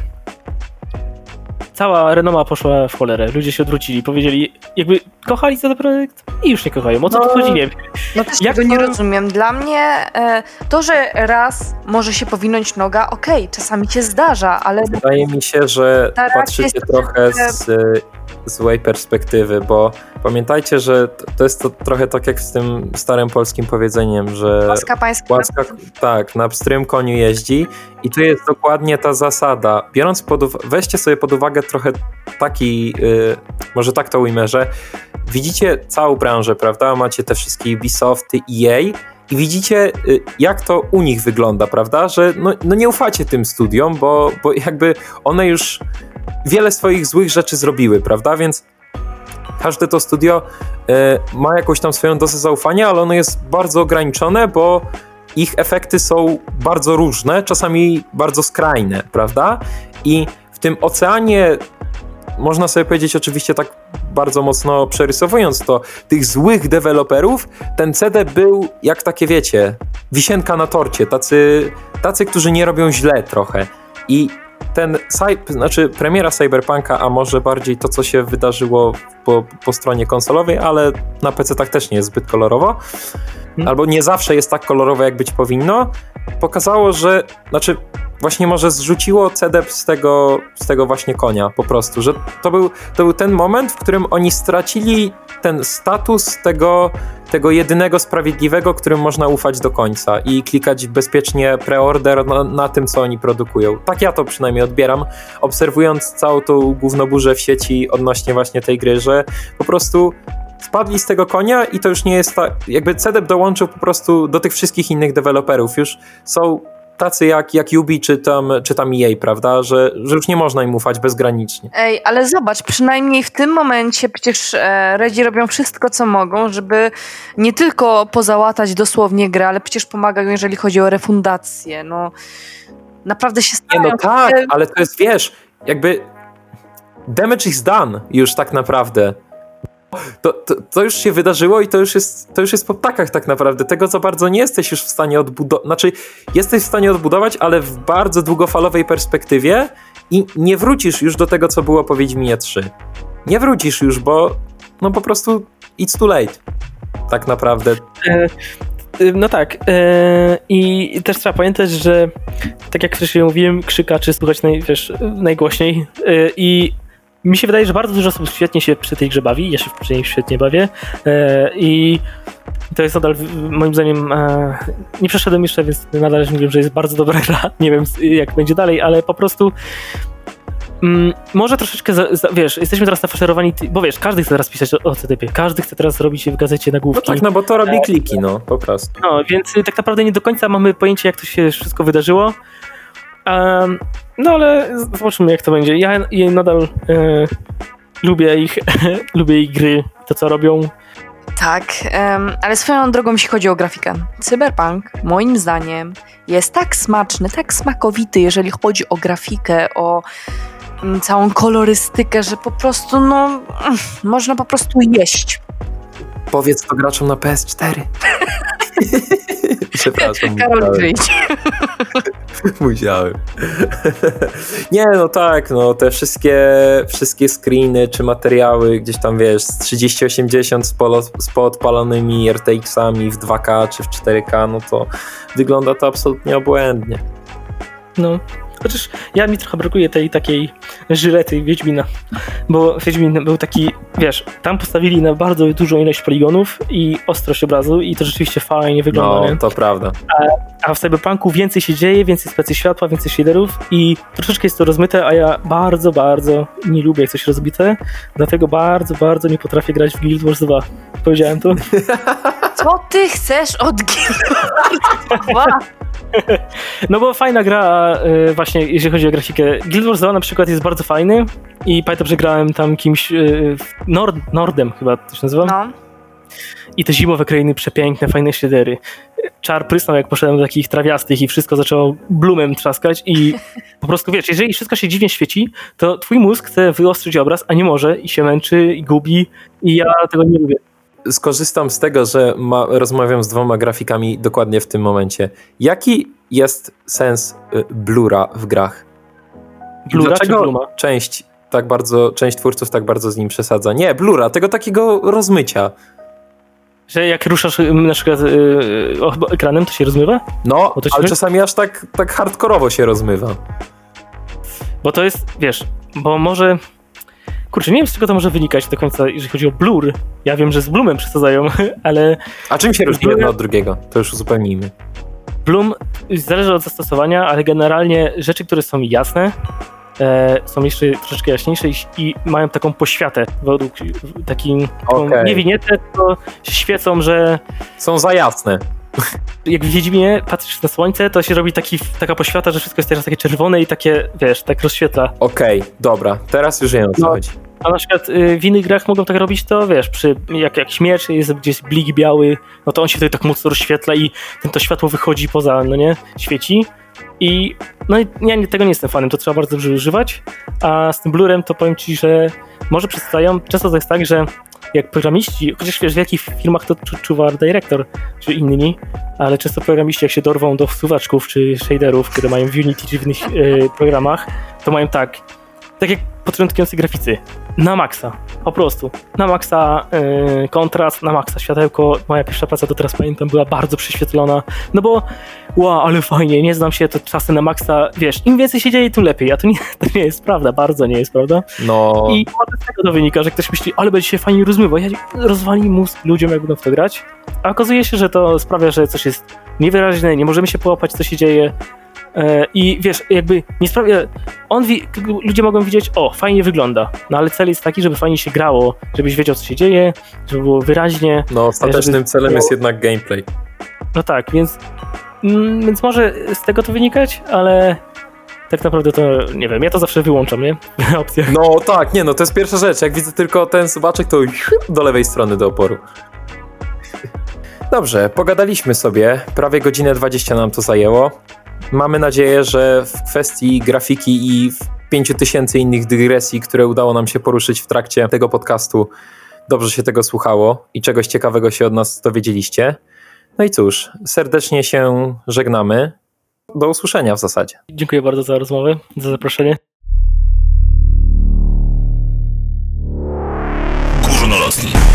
Speaker 2: cała renoma poszła w cholerę. Ludzie się odwrócili, powiedzieli, jakby kochali ten projekt i już nie kochają. O co tu chodzi, nie wiem.
Speaker 1: No też tego nie rozumiem. Dla mnie to, że raz może się powinąć noga, okej, czasami się zdarza, ale...
Speaker 3: Wydaje mi się, że patrzycie trochę z złej perspektywy, bo pamiętajcie, że to jest to trochę tak jak z tym starym polskim powiedzeniem, że łaska tak, na pstrym koniu jeździ i tu jest dokładnie ta zasada. Weźcie sobie pod uwagę trochę taki, może tak to ujmę, że widzicie całą branżę, prawda? Macie te wszystkie Ubisofty, EA i widzicie, jak to u nich wygląda, prawda? Że no nie ufacie tym studiom, bo jakby one już wiele swoich złych rzeczy zrobiły, prawda? Więc każde to studio ma jakąś tam swoją dozę zaufania, ale ono jest bardzo ograniczone, bo ich efekty są bardzo różne, czasami bardzo skrajne, prawda? I w tym oceanie, można sobie powiedzieć oczywiście tak bardzo mocno przerysowując to, tych złych deweloperów, ten CD był jak takie, wiecie, wisienka na torcie, tacy, którzy nie robią źle trochę. I premiera Cyberpunka, a może bardziej to, co się wydarzyło po stronie konsolowej, ale na PC-tach też nie jest zbyt kolorowo, albo nie zawsze jest tak kolorowo, jak być powinno, pokazało, że, właśnie może zrzuciło CDEP z tego właśnie konia po prostu, że to był ten moment, w którym oni stracili ten status tego jedynego sprawiedliwego, którym można ufać do końca i klikać bezpiecznie preorder na tym, co oni produkują. Tak ja to przynajmniej odbieram, obserwując całą tą gównoburzę w sieci odnośnie właśnie tej gry, że po prostu spadli z tego konia i to już nie jest jakby CDEP dołączył po prostu do tych wszystkich innych deweloperów. Już są tacy jak Ubi czy tam EA, prawda? Że już nie można im ufać bezgranicznie.
Speaker 1: Ej, ale zobacz, przynajmniej w tym momencie przecież Redzi robią wszystko, co mogą, żeby nie tylko pozałatać dosłownie grę, ale przecież pomagają, jeżeli chodzi o refundację. No, naprawdę się starają.
Speaker 3: Nie, no tak, ale to jest, wiesz, jakby damage is done już tak naprawdę. To już się wydarzyło i to już jest po ptakach tak naprawdę. Tego za bardzo nie jesteś już w stanie odbudować. Znaczy, jesteś w stanie odbudować, ale w bardzo długofalowej perspektywie i nie wrócisz już do tego, co było po Wiedźminie 3. Nie wrócisz już, bo no po prostu it's too late. Tak naprawdę.
Speaker 2: No tak. I też trzeba pamiętać, że tak jak wcześniej mówiłem, krzykaczy słuchać najgłośniej i mi się wydaje, że bardzo dużo osób świetnie się przy tej grze bawi. Ja się w niej świetnie bawię. I to jest nadal, moim zdaniem, nie przeszedłem jeszcze, więc nadal mówię, że jest bardzo dobra gra. Nie wiem, jak będzie dalej, ale po prostu może troszeczkę, wiesz, jesteśmy teraz nafaszerowani, bo wiesz, każdy chce teraz pisać o CDP, każdy chce teraz robić w gazecie nagłówki.
Speaker 3: No tak, no bo to robi kliki, no, po prostu.
Speaker 2: No, więc tak naprawdę nie do końca mamy pojęcie, jak to się wszystko wydarzyło. No ale zobaczymy, jak to będzie. Ja nadal lubię ich gry, to co robią.
Speaker 1: Tak, ale swoją drogą, jeśli chodzi o grafikę. Cyberpunk, moim zdaniem, jest tak smaczny, tak smakowity, jeżeli chodzi o grafikę, o całą kolorystykę, że po prostu, no, można po prostu jeść.
Speaker 3: Powiedz to graczom na PS4. Przepraszam.
Speaker 1: Karol, wyjdź.
Speaker 3: Musiałem. Nie, no tak, no te wszystkie screeny czy materiały gdzieś tam, wiesz, z 3080 z poodpalonymi RTX-ami w 2K czy w 4K, no to wygląda to absolutnie obłędnie.
Speaker 2: No, chociaż mi trochę brakuje tej takiej żylety Wiedźmina, bo Wiedźmin był taki, wiesz, tam postawili na bardzo dużą ilość poligonów i ostrość obrazu i to rzeczywiście fajnie wygląda.
Speaker 3: No, to prawda.
Speaker 2: A w Cyberpunku więcej się dzieje, więcej specy światła, więcej shaderów i troszeczkę jest to rozmyte, a ja bardzo, bardzo nie lubię, jak coś rozbite, dlatego bardzo, bardzo nie potrafię grać w Guild Wars 2. Powiedziałem to?
Speaker 1: Co ty chcesz od Guild Wars 2?
Speaker 2: No bo fajna gra, właśnie jeżeli chodzi o grafikę. Guild Wars 2 na przykład jest bardzo fajny i pamiętam, że grałem tam kimś Nordem chyba to się nazywa.
Speaker 1: No.
Speaker 2: I te zimowe krainy przepiękne, fajne shadery. Czar prysnął, jak poszedłem do takich trawiastych i wszystko zaczęło blumem trzaskać i po prostu, wiesz, jeżeli wszystko się dziwnie świeci, to twój mózg chce wyostrzyć obraz, a nie może i się męczy i gubi i ja tego nie lubię.
Speaker 3: Skorzystam z tego, że rozmawiam z dwoma grafikami dokładnie w tym momencie. Jaki jest sens blura w grach?
Speaker 2: Blura
Speaker 3: Dlaczego
Speaker 2: czy bluma?
Speaker 3: część twórców tak bardzo z nim przesadza? Nie, blura, tego takiego rozmycia.
Speaker 2: Że jak ruszasz na przykład ekranem, to się rozmywa?
Speaker 3: No, ale czasami aż tak hardkorowo się rozmywa.
Speaker 2: Bo to jest, wiesz, bo może... Kurczę, nie wiem, z czego to może wynikać do końca, jeżeli chodzi o blur. Ja wiem, że z bloomem przesadzają, ale...
Speaker 3: A czym się różni jedno od drugiego? To już uzupełnijmy.
Speaker 2: Bloom zależy od zastosowania, ale generalnie rzeczy, które są jasne, są jeszcze troszeczkę jaśniejsze i mają taką poświatę według takim... Nie winietę, to się świecą, że...
Speaker 3: Są za jasne.
Speaker 2: Jak w Wiedźminie patrzysz na słońce, to się robi taka poświata, że wszystko jest teraz takie czerwone i takie, wiesz, tak rozświetla.
Speaker 3: Okej, dobra, teraz już wiem, o co chodzi.
Speaker 2: A na przykład w innych grach mogą tak robić, to wiesz, jak jakiś miecz jest gdzieś blik biały, no to on się wtedy tak mocno rozświetla i to światło wychodzi poza, no nie, świeci. I no ja tego nie jestem fanem, to trzeba bardzo dobrze używać, a z tym blurem to powiem ci, że może przedstawiają, często to jest tak, że jak programiści, chociaż wiesz, w jakich firmach to czuwa dyrektor, czy inni, ale często programiści jak się dorwą do wsuwaczków czy shaderów, które mają w Unity czy w innych programach, to mają tak jak początkujący graficy. Na maksa. Po prostu. Na maksa kontrast, na maksa światełko. Moja pierwsza praca, to teraz pamiętam, była bardzo prześwietlona. No bo wow, ale fajnie, nie znam się, to czasem na maksa, wiesz, im więcej się dzieje, tym lepiej. A to nie jest prawda, bardzo nie jest prawda.
Speaker 3: No.
Speaker 2: I z tego to wynika, że ktoś myśli, ale będzie się fajnie rozmywał. Ja rozwali mózg ludziom, jak będą w to grać. A okazuje się, że to sprawia, że coś jest niewyraźne, nie możemy się połapać, co się dzieje. I wiesz, jakby nie sprawia. Ludzie mogą widzieć, o, fajnie wygląda. No ale cel jest taki, żeby fajnie się grało, żebyś wiedział, co się dzieje, żeby było wyraźnie.
Speaker 3: No, ostatecznym celem jest jednak gameplay.
Speaker 2: No tak, więc może z tego to wynikać, ale tak naprawdę to nie wiem, ja to zawsze wyłączam, nie? W opcjach.
Speaker 3: No tak, nie, no to jest pierwsza rzecz. Jak widzę tylko ten suwaczek, to do lewej strony do oporu. Dobrze, pogadaliśmy sobie. Prawie godzinę 20 nam to zajęło. Mamy nadzieję, że w kwestii grafiki i w 5000 innych dygresji, które udało nam się poruszyć w trakcie tego podcastu, dobrze się tego słuchało i czegoś ciekawego się od nas dowiedzieliście. No i cóż, serdecznie się żegnamy. Do usłyszenia w zasadzie.
Speaker 2: Dziękuję bardzo za rozmowę, za zaproszenie.
Speaker 4: Górnolotni.